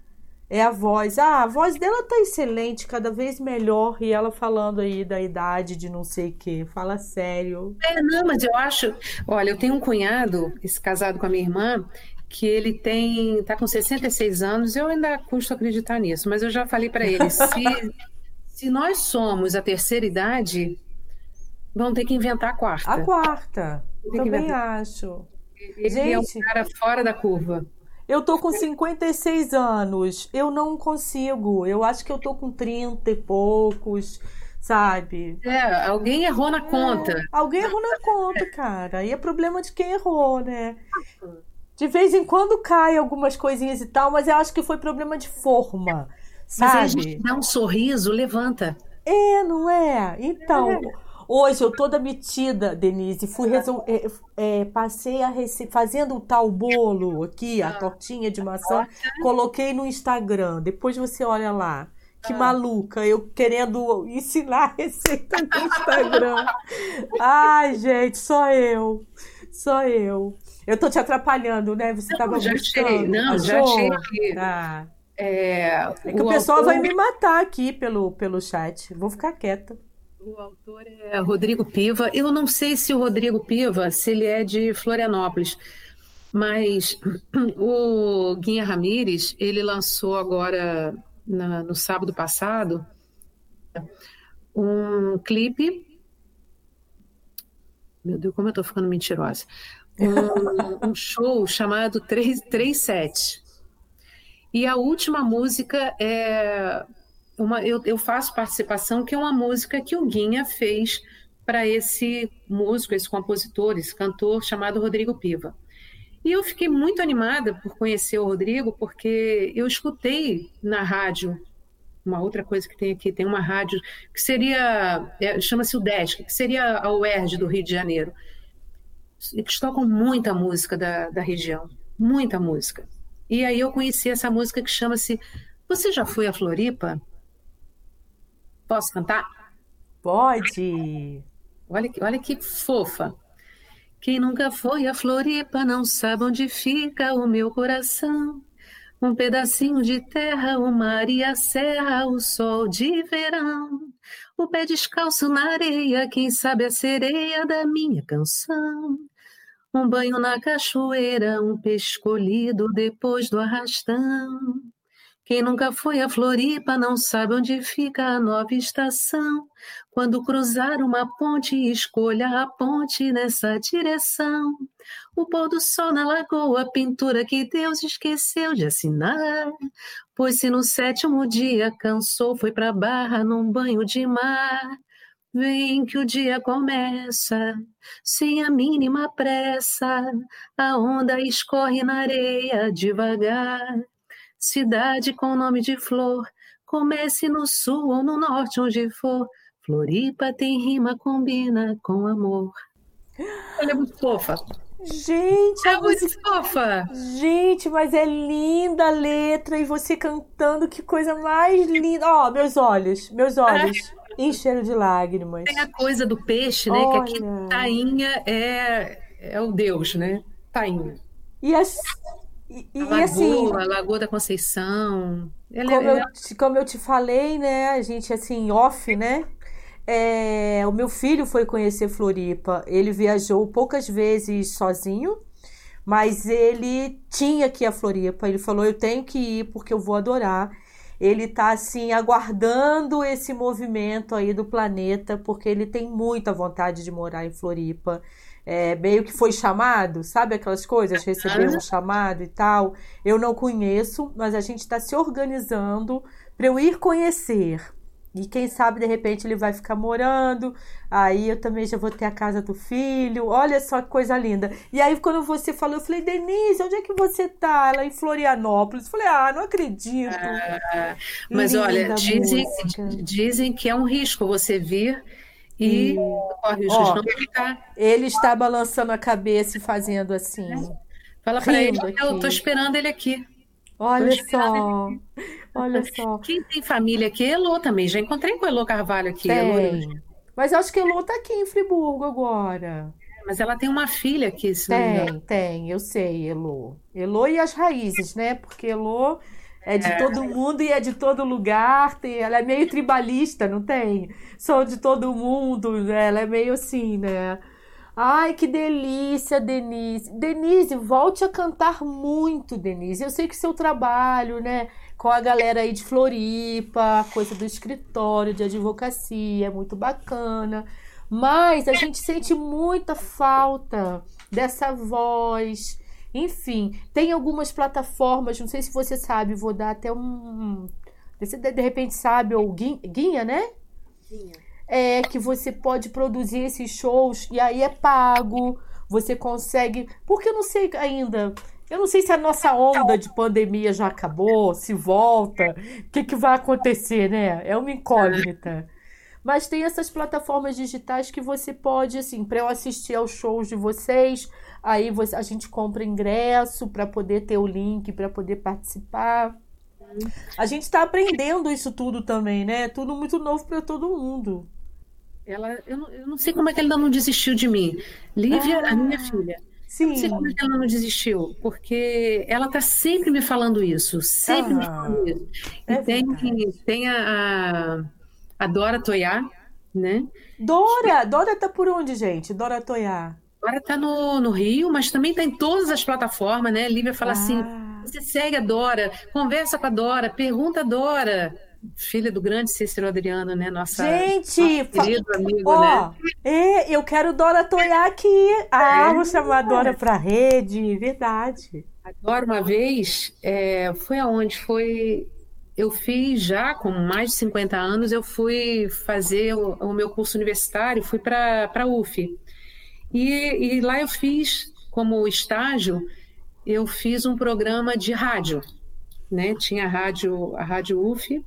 É a voz. Ah, a voz dela tá excelente, cada vez melhor. E ela falando aí da idade de não sei o quê. Fala sério. É, não, mas eu acho. Olha, eu tenho um cunhado, esse casado com a minha irmã, que ele tem, tá com sessenta e seis anos. Eu ainda custo acreditar nisso, mas eu já falei para ele: se, se nós somos a terceira idade, vão ter que inventar a A quarta. quarta. Tem que Também inventar. acho. Ele é um Gente, cara fora da curva. eu tô com cinquenta e seis anos. Eu não consigo. Eu acho que eu tô com trinta e poucos, sabe? É, alguém errou na conta. É, alguém errou na conta, cara. E é problema de quem errou, né? De vez em quando cai algumas coisinhas e tal, mas eu acho que foi problema de forma, Mas aí a gente sabe? dá um sorriso, levanta. É, não é? Então, hoje eu toda metida, Denise, fui resol... é, é, passei a rece... fazendo o tal bolo aqui, a tortinha de maçã, coloquei no Instagram. Depois você olha lá. Que maluca, eu querendo ensinar a receita no Instagram. Ai, gente, só eu. Só eu. Eu tô te atrapalhando, né? Você tava Já achei, buscando. não, já Achou? achei que Ah. é, É que o o pessoal vai autor, me matar aqui pelo, pelo chat. Vou ficar quieta. o autor é Rodrigo Piva. Eu não sei se o Rodrigo Piva, se ele é de Florianópolis, mas o Guinha Ramires, ele lançou agora, na- no sábado passado, um clipe. Meu Deus, como eu tô ficando mentirosa. Um, um show chamado três três sete. E a última música é uma, eu, eu faço participação, que é uma música que o Guinha fez para esse músico, esse compositor, esse cantor chamado Rodrigo Piva. E eu fiquei muito animada por conhecer o Rodrigo, porque eu escutei na rádio, uma outra coisa que tem aqui, tem uma rádio que seria, é, chama-se o Desk, que seria a U E R J do Rio de Janeiro. Eles tocam muita música da, da região, muita música. E aí eu conheci essa música que chama-se Você Já Foi a Floripa? Posso cantar? Pode. Olha, que- olha que fofa. Quem nunca foi a Floripa não sabe onde fica o meu coração. Um pedacinho de terra, o mar e a serra, o sol de verão. O pé descalço na areia, quem sabe a sereia da minha canção. Um banho na cachoeira, um peixe escolhido depois do arrastão. Quem nunca foi a Floripa não sabe onde fica a nova estação. Quando cruzar uma ponte, escolha a ponte nessa direção. O pôr do sol na lagoa, pintura que Deus esqueceu de assinar. Pois se no sétimo dia cansou, foi pra barra num banho de mar. Vem que o dia começa, sem a mínima pressa. A onda escorre na areia devagar. Cidade com nome de flor, comece no sul ou no norte, onde for. Floripa tem rima, combina com amor. Ela é muito fofa. Gente, É a muito música. fofa. Gente, mas é linda a letra e você cantando, que coisa mais linda. Ó, meus olhos, meus olhos encheram de lágrimas. Tem a coisa do peixe, né? Que aqui Olha. tainha é, é o Deus, né? Tainha. E, as, e, A e assim, Lagoa, a Lagoa da Conceição. Ela como é, eu, te- como eu te falei, né? A gente, assim, off, né? É, o meu filho foi conhecer Floripa. Ele viajou poucas vezes sozinho, mas ele tinha que ir a Floripa. Ele falou: eu tenho que ir porque eu vou adorar. Ele tá assim aguardando esse movimento aí do planeta, porque ele tem muita vontade de morar em Floripa. É, meio que foi chamado, sabe aquelas coisas, receber um chamado e tal. Eu não conheço, mas a gente está se organizando para eu ir conhecer. E quem sabe, de repente, ele vai ficar morando. Aí eu também já vou ter a casa do filho. Olha só que coisa linda. E aí, quando você falou, eu falei: Denise, onde é que você tá? Ela em Florianópolis. Eu falei: ah, não acredito. Mas olha, Linda dizem, música. dizem que é um risco você vir e corre o risco de Ó, não ficar. ele está balançando a cabeça e fazendo assim, Fala pra ele rindo que eu tô aqui. esperando ele aqui. Tô Olha esperando ele. só, olha só. Quem tem família aqui é Elô também. Já encontrei com a Elô Carvalho aqui. Elô, Tem. Mas acho que Elô tá aqui em Friburgo agora. mas ela tem uma filha aqui, se não me engano. Tem, tem, eu sei, Elô. Elô e as raízes, né? Porque Elô é de todo mundo e é de todo lugar. Tem, ela é meio tribalista, não tem? Sou de todo mundo, né? Ela é meio assim, né? Ai, que delícia, Denise. Denise, volte a cantar muito, Denise. Eu sei que seu trabalho, né, com a galera aí de Floripa, coisa do escritório de advocacia, é muito bacana. Mas a gente sente muita falta dessa voz. Enfim, tem algumas plataformas, não sei se você sabe, vou dar até um. Você de de repente sabe, ou Guin- Guinha, né? É que você pode produzir esses shows e aí é pago, você consegue. Porque eu não sei ainda. Eu não sei se a nossa onda de pandemia já acabou, se volta, o que que vai acontecer, né? É uma incógnita. Mas tem essas plataformas digitais que você pode, assim, para eu assistir aos shows de vocês, aí você- a gente compra ingresso para poder ter o link, para poder participar. A gente está aprendendo isso tudo também, né? Tudo muito novo para todo mundo. Ela, eu, não, eu não sei como é que ela não desistiu de mim. Lívia, a minha filha. Eu não sei como é Sim. que ela não desistiu, porque ela está sempre me falando isso, sempre me Ah, falando isso. E é tem, verdade. tem a, a, a Dora Toiá, né? Dora, Dora tá por onde, gente? Dora Toiá. Agora está no, no Rio, mas também está em todas as plataformas, né? Lívia fala assim: Ah, você segue a Dora, conversa com a Dora, pergunta a Dora, filha do grande Cícero Adriano, né? Nossa, nosso gente, fa- querido amigo, né? ó, é, eu quero Dora Toiá aqui. Ah, vou chamar a Dora pra rede, verdade. Agora, uma vez, é, foi aonde? Foi. eu fiz já, com mais de cinquenta anos, eu fui fazer o, o meu curso universitário, fui para a U F. E, e lá eu fiz, como estágio, eu fiz um programa de rádio, né? Tinha a rádio, a rádio U F,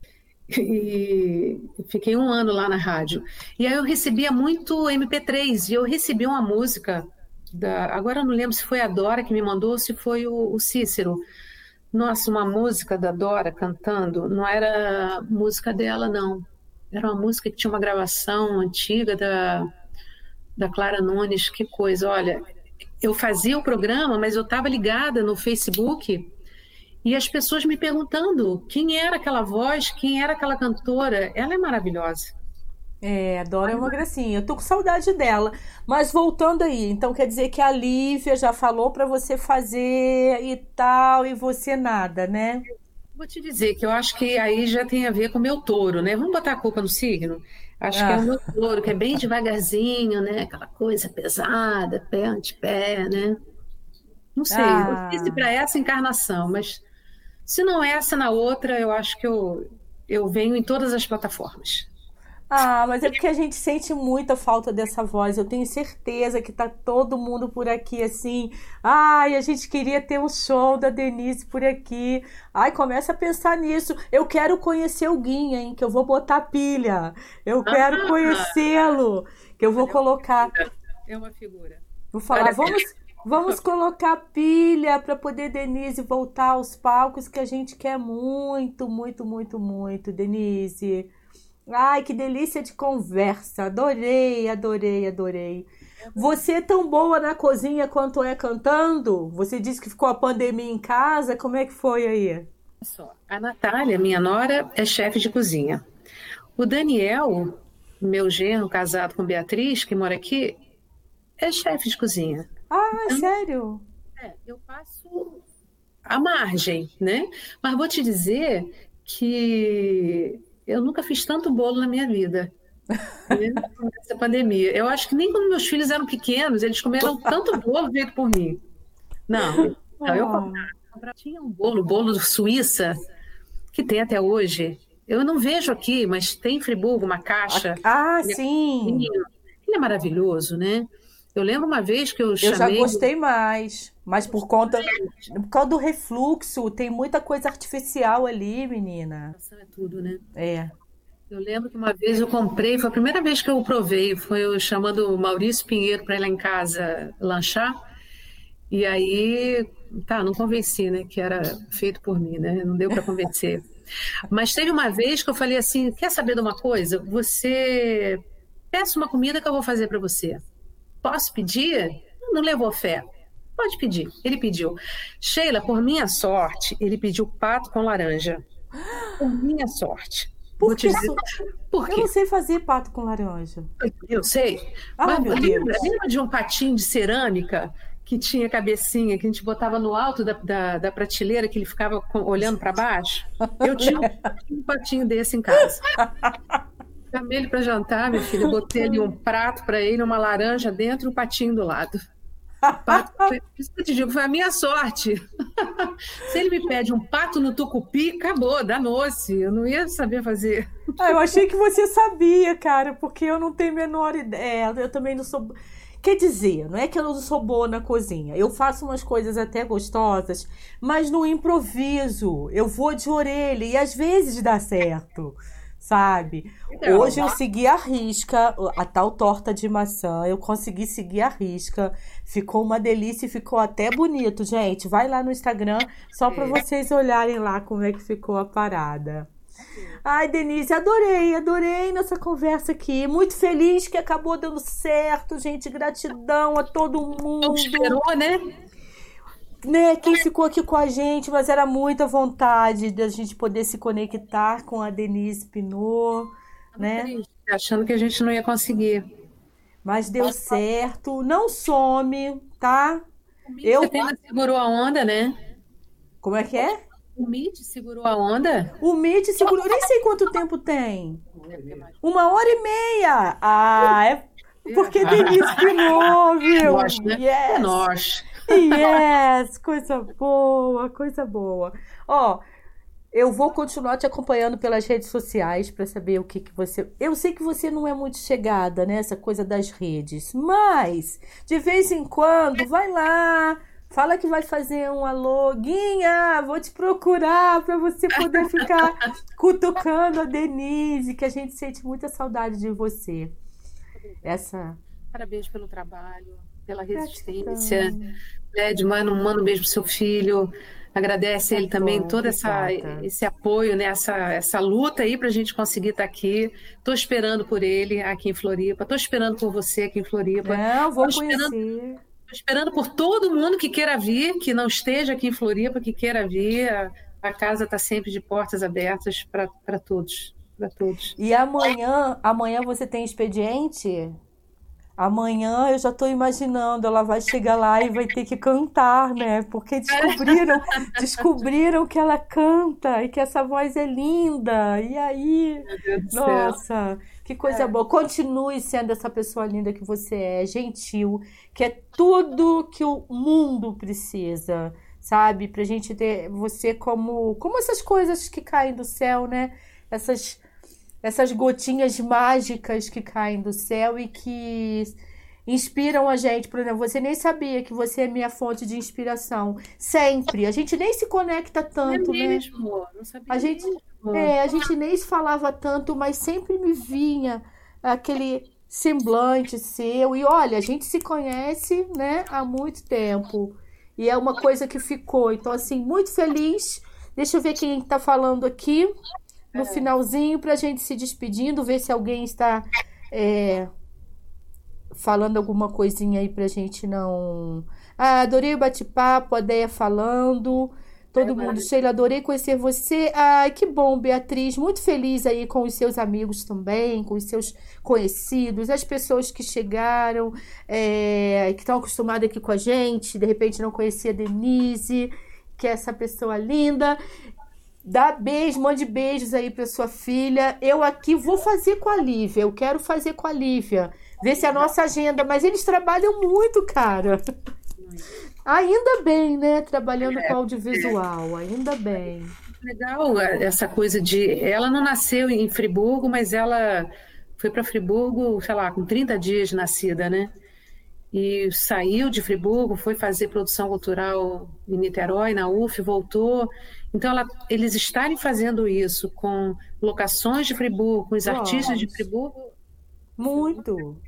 e fiquei um ano lá na rádio. E aí eu recebia muito M P três, e eu recebi uma música, da, agora eu não lembro se foi a Dora que me mandou ou se foi o, o Cícero. Nossa, uma música da Dora cantando, não era música dela, não. Era uma música que tinha uma gravação antiga da, da Clara Nunes, que coisa. Olha, eu fazia o programa, mas eu estava ligada no Facebook e as pessoas me perguntando quem era aquela voz, quem era aquela cantora. Ela é maravilhosa. É, a Dora é uma gracinha. Eu tô com saudade dela. Mas voltando aí, então quer dizer que a Lívia já falou pra você fazer e tal, e você nada, né? Vou te dizer que eu acho que aí já tem a ver com o meu touro, né? Vamos botar a culpa no signo? Acho que é o Ah, meu touro, que é bem devagarzinho, né? Aquela coisa pesada, pé ante pé, né? Não sei, não sei se ah. para essa encarnação, mas se não essa, na outra, eu acho que eu, eu venho em todas as plataformas. Ah, mas é porque a gente sente muita falta dessa voz. Eu tenho certeza que tá todo mundo por aqui assim. Ai, a gente queria ter um show da Denise por aqui. Ai, começa a pensar nisso. Eu quero conhecer o Guinha, hein? Que eu vou botar pilha. Eu quero Ah, conhecê-lo. Que eu vou olha, é uma colocar. figura. É uma figura. Vou Vale falar, a pena. vamos, vamos colocar pilha para poder Denise voltar aos palcos que a gente quer muito, muito, muito, muito, Denise. Ai, que delícia de conversa. Adorei, adorei, adorei. Você é tão boa na cozinha quanto é cantando? Você disse que ficou a pandemia em casa. Como é que foi aí? Só. A Natália, minha nora, é chefe de cozinha. O Daniel, meu genro, casado com Beatriz, que mora aqui, é chefe de cozinha. Ah, Então, sério? é, eu passo à margem, né? Mas vou te dizer que eu nunca fiz tanto bolo na minha vida, né? Nessa pandemia. Eu acho que nem quando meus filhos eram pequenos, eles comeram tanto bolo feito por mim. Não, eu, não, eu comprava, Ah, comprava- tinha um bolo, bolo Suíça, que tem até hoje. Eu não vejo aqui, mas tem em Friburgo uma ah, caixa. ah, Ele é sim. pequenininho, ele é maravilhoso, né? Eu lembro uma vez que eu Eu já chamei. gostei mais. Mas por conta, por causa do refluxo, tem muita coisa artificial ali, menina. É tudo, né? É. Eu lembro que uma vez eu comprei, foi a primeira vez que eu provei, foi eu chamando o Maurício Pinheiro para ir lá em casa lanchar. E aí, tá, não convenci, né, que era feito por mim, né? Não deu para convencer. Mas teve uma vez que eu falei assim: quer saber de uma coisa? Você peça uma comida que eu vou fazer para você. Posso pedir? Não levou fé. Pode pedir. Ele pediu. Sheila, por minha sorte, ele pediu pato com laranja. Por minha sorte. Vou Por te que dizer só? por Eu não quê. sei fazer pato com laranja. Eu sei. Ai, Mas meu lembra, Deus. lembra de um patinho de cerâmica que tinha cabecinha, que a gente botava no alto da, da, da prateleira, que ele ficava com- olhando para baixo? Eu tinha um, um patinho desse em casa. Chamei ele para jantar, meu filho. Eu botei ali um prato para ele, uma laranja dentro e um patinho do lado. Pato, foi, por isso que eu te digo, foi a minha sorte. Se ele me pede um pato no tucupi, acabou, danou-se. Eu não ia saber fazer. Ah, eu achei que você sabia, cara, porque eu não tenho a menor ideia. Eu também não sou. Quer dizer, não é que eu não sou boa na cozinha. Eu faço umas coisas até gostosas, mas no improviso. Eu vou de orelha e às vezes dá certo, sabe? Legal. Hoje eu segui a risca, a tal torta de maçã. Eu consegui seguir a risca. Ficou uma delícia e ficou até bonito, gente. Vai lá no Instagram só para vocês olharem lá como é que ficou a parada. Ai, Denise, adorei, adorei nossa conversa aqui. Muito feliz que acabou dando certo, gente. Gratidão a todo Não mundo, esperou, né? né? Quem ficou aqui com a gente, mas era muita vontade da gente poder se conectar com a Denise Pinot, Tava né? triste, achando que a gente não ia conseguir. Mas deu certo. Não some, tá? O Mitch Eu. apenas segurou a onda, né? Como é que é? O Mitch segurou a onda. O Meet segurou. Eu nem sei quanto tempo tem. Uma hora e meia. Ah, é porque Denise Pinot, viu? Nós, né? É Yes. nós. Yes, coisa boa, coisa boa. Ó, Eu vou continuar te acompanhando pelas redes sociais para saber o que que você. Eu sei que você não é muito chegada nessa coisa das redes, mas de vez em quando vai lá, fala que vai fazer um alô, Guinha, vou te procurar para você poder ficar cutucando a Denise, que a gente sente muita saudade de você. Essa. Parabéns pelo trabalho, pela Gratidão. resistência, né, de mano, manda um beijo pro seu filho, agradece Tá ele também bom, todo essa, obrigada. esse apoio, né, essa, essa luta aí para a gente conseguir estar aqui. Estou esperando por ele aqui em Floripa, estou esperando por você aqui em Floripa, Não, estou vou esperando, conhecer. tô esperando por todo mundo que queira vir, que não esteja aqui em Floripa, que queira vir. A, a casa está sempre de portas abertas para para todos, para todos. E amanhã, amanhã você tem expediente? Amanhã eu já estou imaginando, ela vai chegar lá e vai ter que cantar, né? Porque descobriram, descobriram que ela canta e que essa voz é linda. E aí, Meu Deus do céu. nossa, que coisa boa. Continue sendo essa pessoa linda que você é, gentil, que é tudo que o mundo precisa, sabe? Pra gente ter você como, como essas coisas que caem do céu, né? Essas essas gotinhas mágicas que caem do céu e que inspiram a gente. Por exemplo, você nem sabia que você é minha fonte de inspiração. Sempre. A gente nem se conecta É tanto, né? mesmo, não A sabia gente, mesmo. é, a gente nem se falava tanto, mas sempre me vinha aquele semblante seu. E olha, a gente se conhece, né, há muito tempo. E é uma coisa que ficou. Então, assim, muito feliz. Deixa eu ver quem está falando aqui no finalzinho para a gente se despedindo, ver se alguém está é, falando alguma coisinha aí para a gente não. Ah, adorei o bate-papo, a Deia falando. Todo mundo, Sheila, adorei conhecer você. Ai, que bom, Beatriz. Muito feliz aí com os seus amigos também, com os seus conhecidos, as pessoas que chegaram, é, que estão acostumadas aqui com a gente, de repente não conhecia a Denise, que é essa pessoa linda. Dá beijo, mande beijos aí para sua filha. Eu aqui vou fazer com a Lívia. Eu quero fazer com a Lívia. Ver se a nossa agenda. Mas eles trabalham muito, cara. Ainda bem, né? Trabalhando com audiovisual. Ainda bem. Legal essa coisa de. Ela não nasceu em Friburgo, mas ela foi para Friburgo, sei lá, com trinta dias de nascida, né? E saiu de Friburgo, foi fazer produção cultural em Niterói, na U F, voltou. Então, ela, eles estarem fazendo isso com locações de Friburgo, com os artistas de Nossa, Friburgo, muito.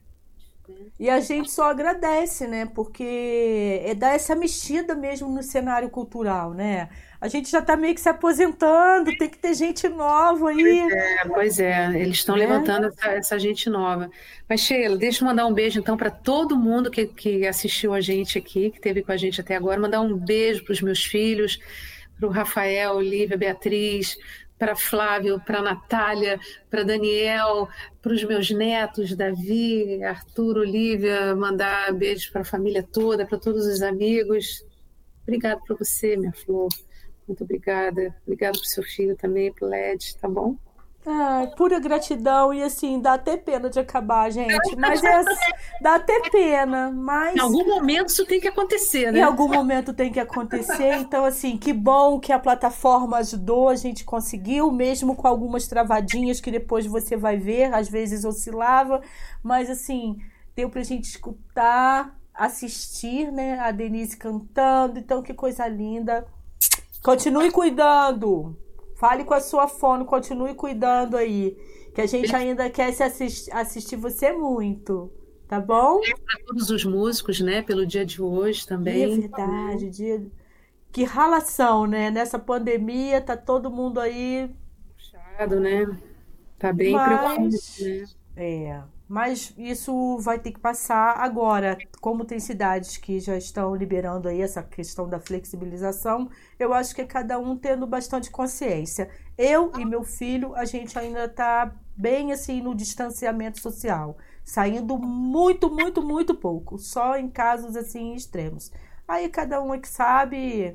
E a gente só agradece, né? Porque é dar essa mexida mesmo no cenário cultural, né? A gente já tá meio que se aposentando, tem que ter gente nova aí, é, pois é, eles estão né? levantando essa, essa gente nova. Mas, Sheila, deixa eu mandar um beijo então para todo mundo que, que assistiu a gente aqui, que esteve com a gente até agora. Mandar um beijo para os meus filhos, para o Rafael, Lívia, Beatriz, para Flávio, para Natália, para Daniel, para os meus netos, Davi, Arthur, Olivia, mandar beijos para a família toda, para todos os amigos. Obrigada por você, minha flor. Muito obrigada. Obrigada pro seu filho também, pro L E D, tá bom? Ai, pura gratidão. E assim, dá até pena de acabar, gente. Mas é, dá até pena. Em Mas algum momento isso tem que acontecer, em né? algum momento tem que acontecer. Então, assim, que bom que a plataforma ajudou, a gente conseguiu, mesmo com algumas travadinhas que depois você vai ver, às vezes oscilava. Mas, assim, deu pra gente escutar, assistir, né? A Denise cantando. Então, que coisa linda. Continue cuidando. Fale com a sua fono, continue cuidando aí. Que a gente ainda quer se assistir, assistir você muito. Tá bom? Para todos os músicos, né? Pelo dia de hoje E é também. verdade, dia... que ralação, né? Nessa pandemia, tá todo mundo aí. Puxado, né? Tá bem preocupante, Mas, né? é, mas isso vai ter que passar agora. Como tem cidades que já estão liberando aí essa questão da flexibilização, eu acho que é cada um tendo bastante consciência. Eu e meu filho, a gente ainda está bem assim no distanciamento social, saindo muito, muito, muito pouco, só em casos assim extremos. Aí cada um é que sabe,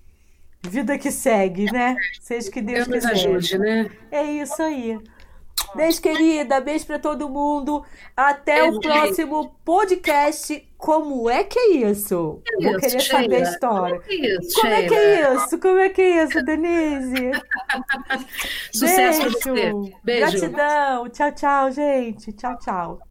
vida que segue, né? Seja o que Deus Deus nos quiser. ajude, né? É isso aí. Beijo, querida. Beijo para todo mundo. Até o Beijo, gente. próximo podcast Como é que é isso? Que Vou isso, querer Sheila? saber a história. Como é que é isso, Como é que Sheila? é isso? Como é que é isso, Denise? Sucesso pra você. Beijo. Beijo. Gratidão. Tchau, tchau, gente. Tchau, tchau.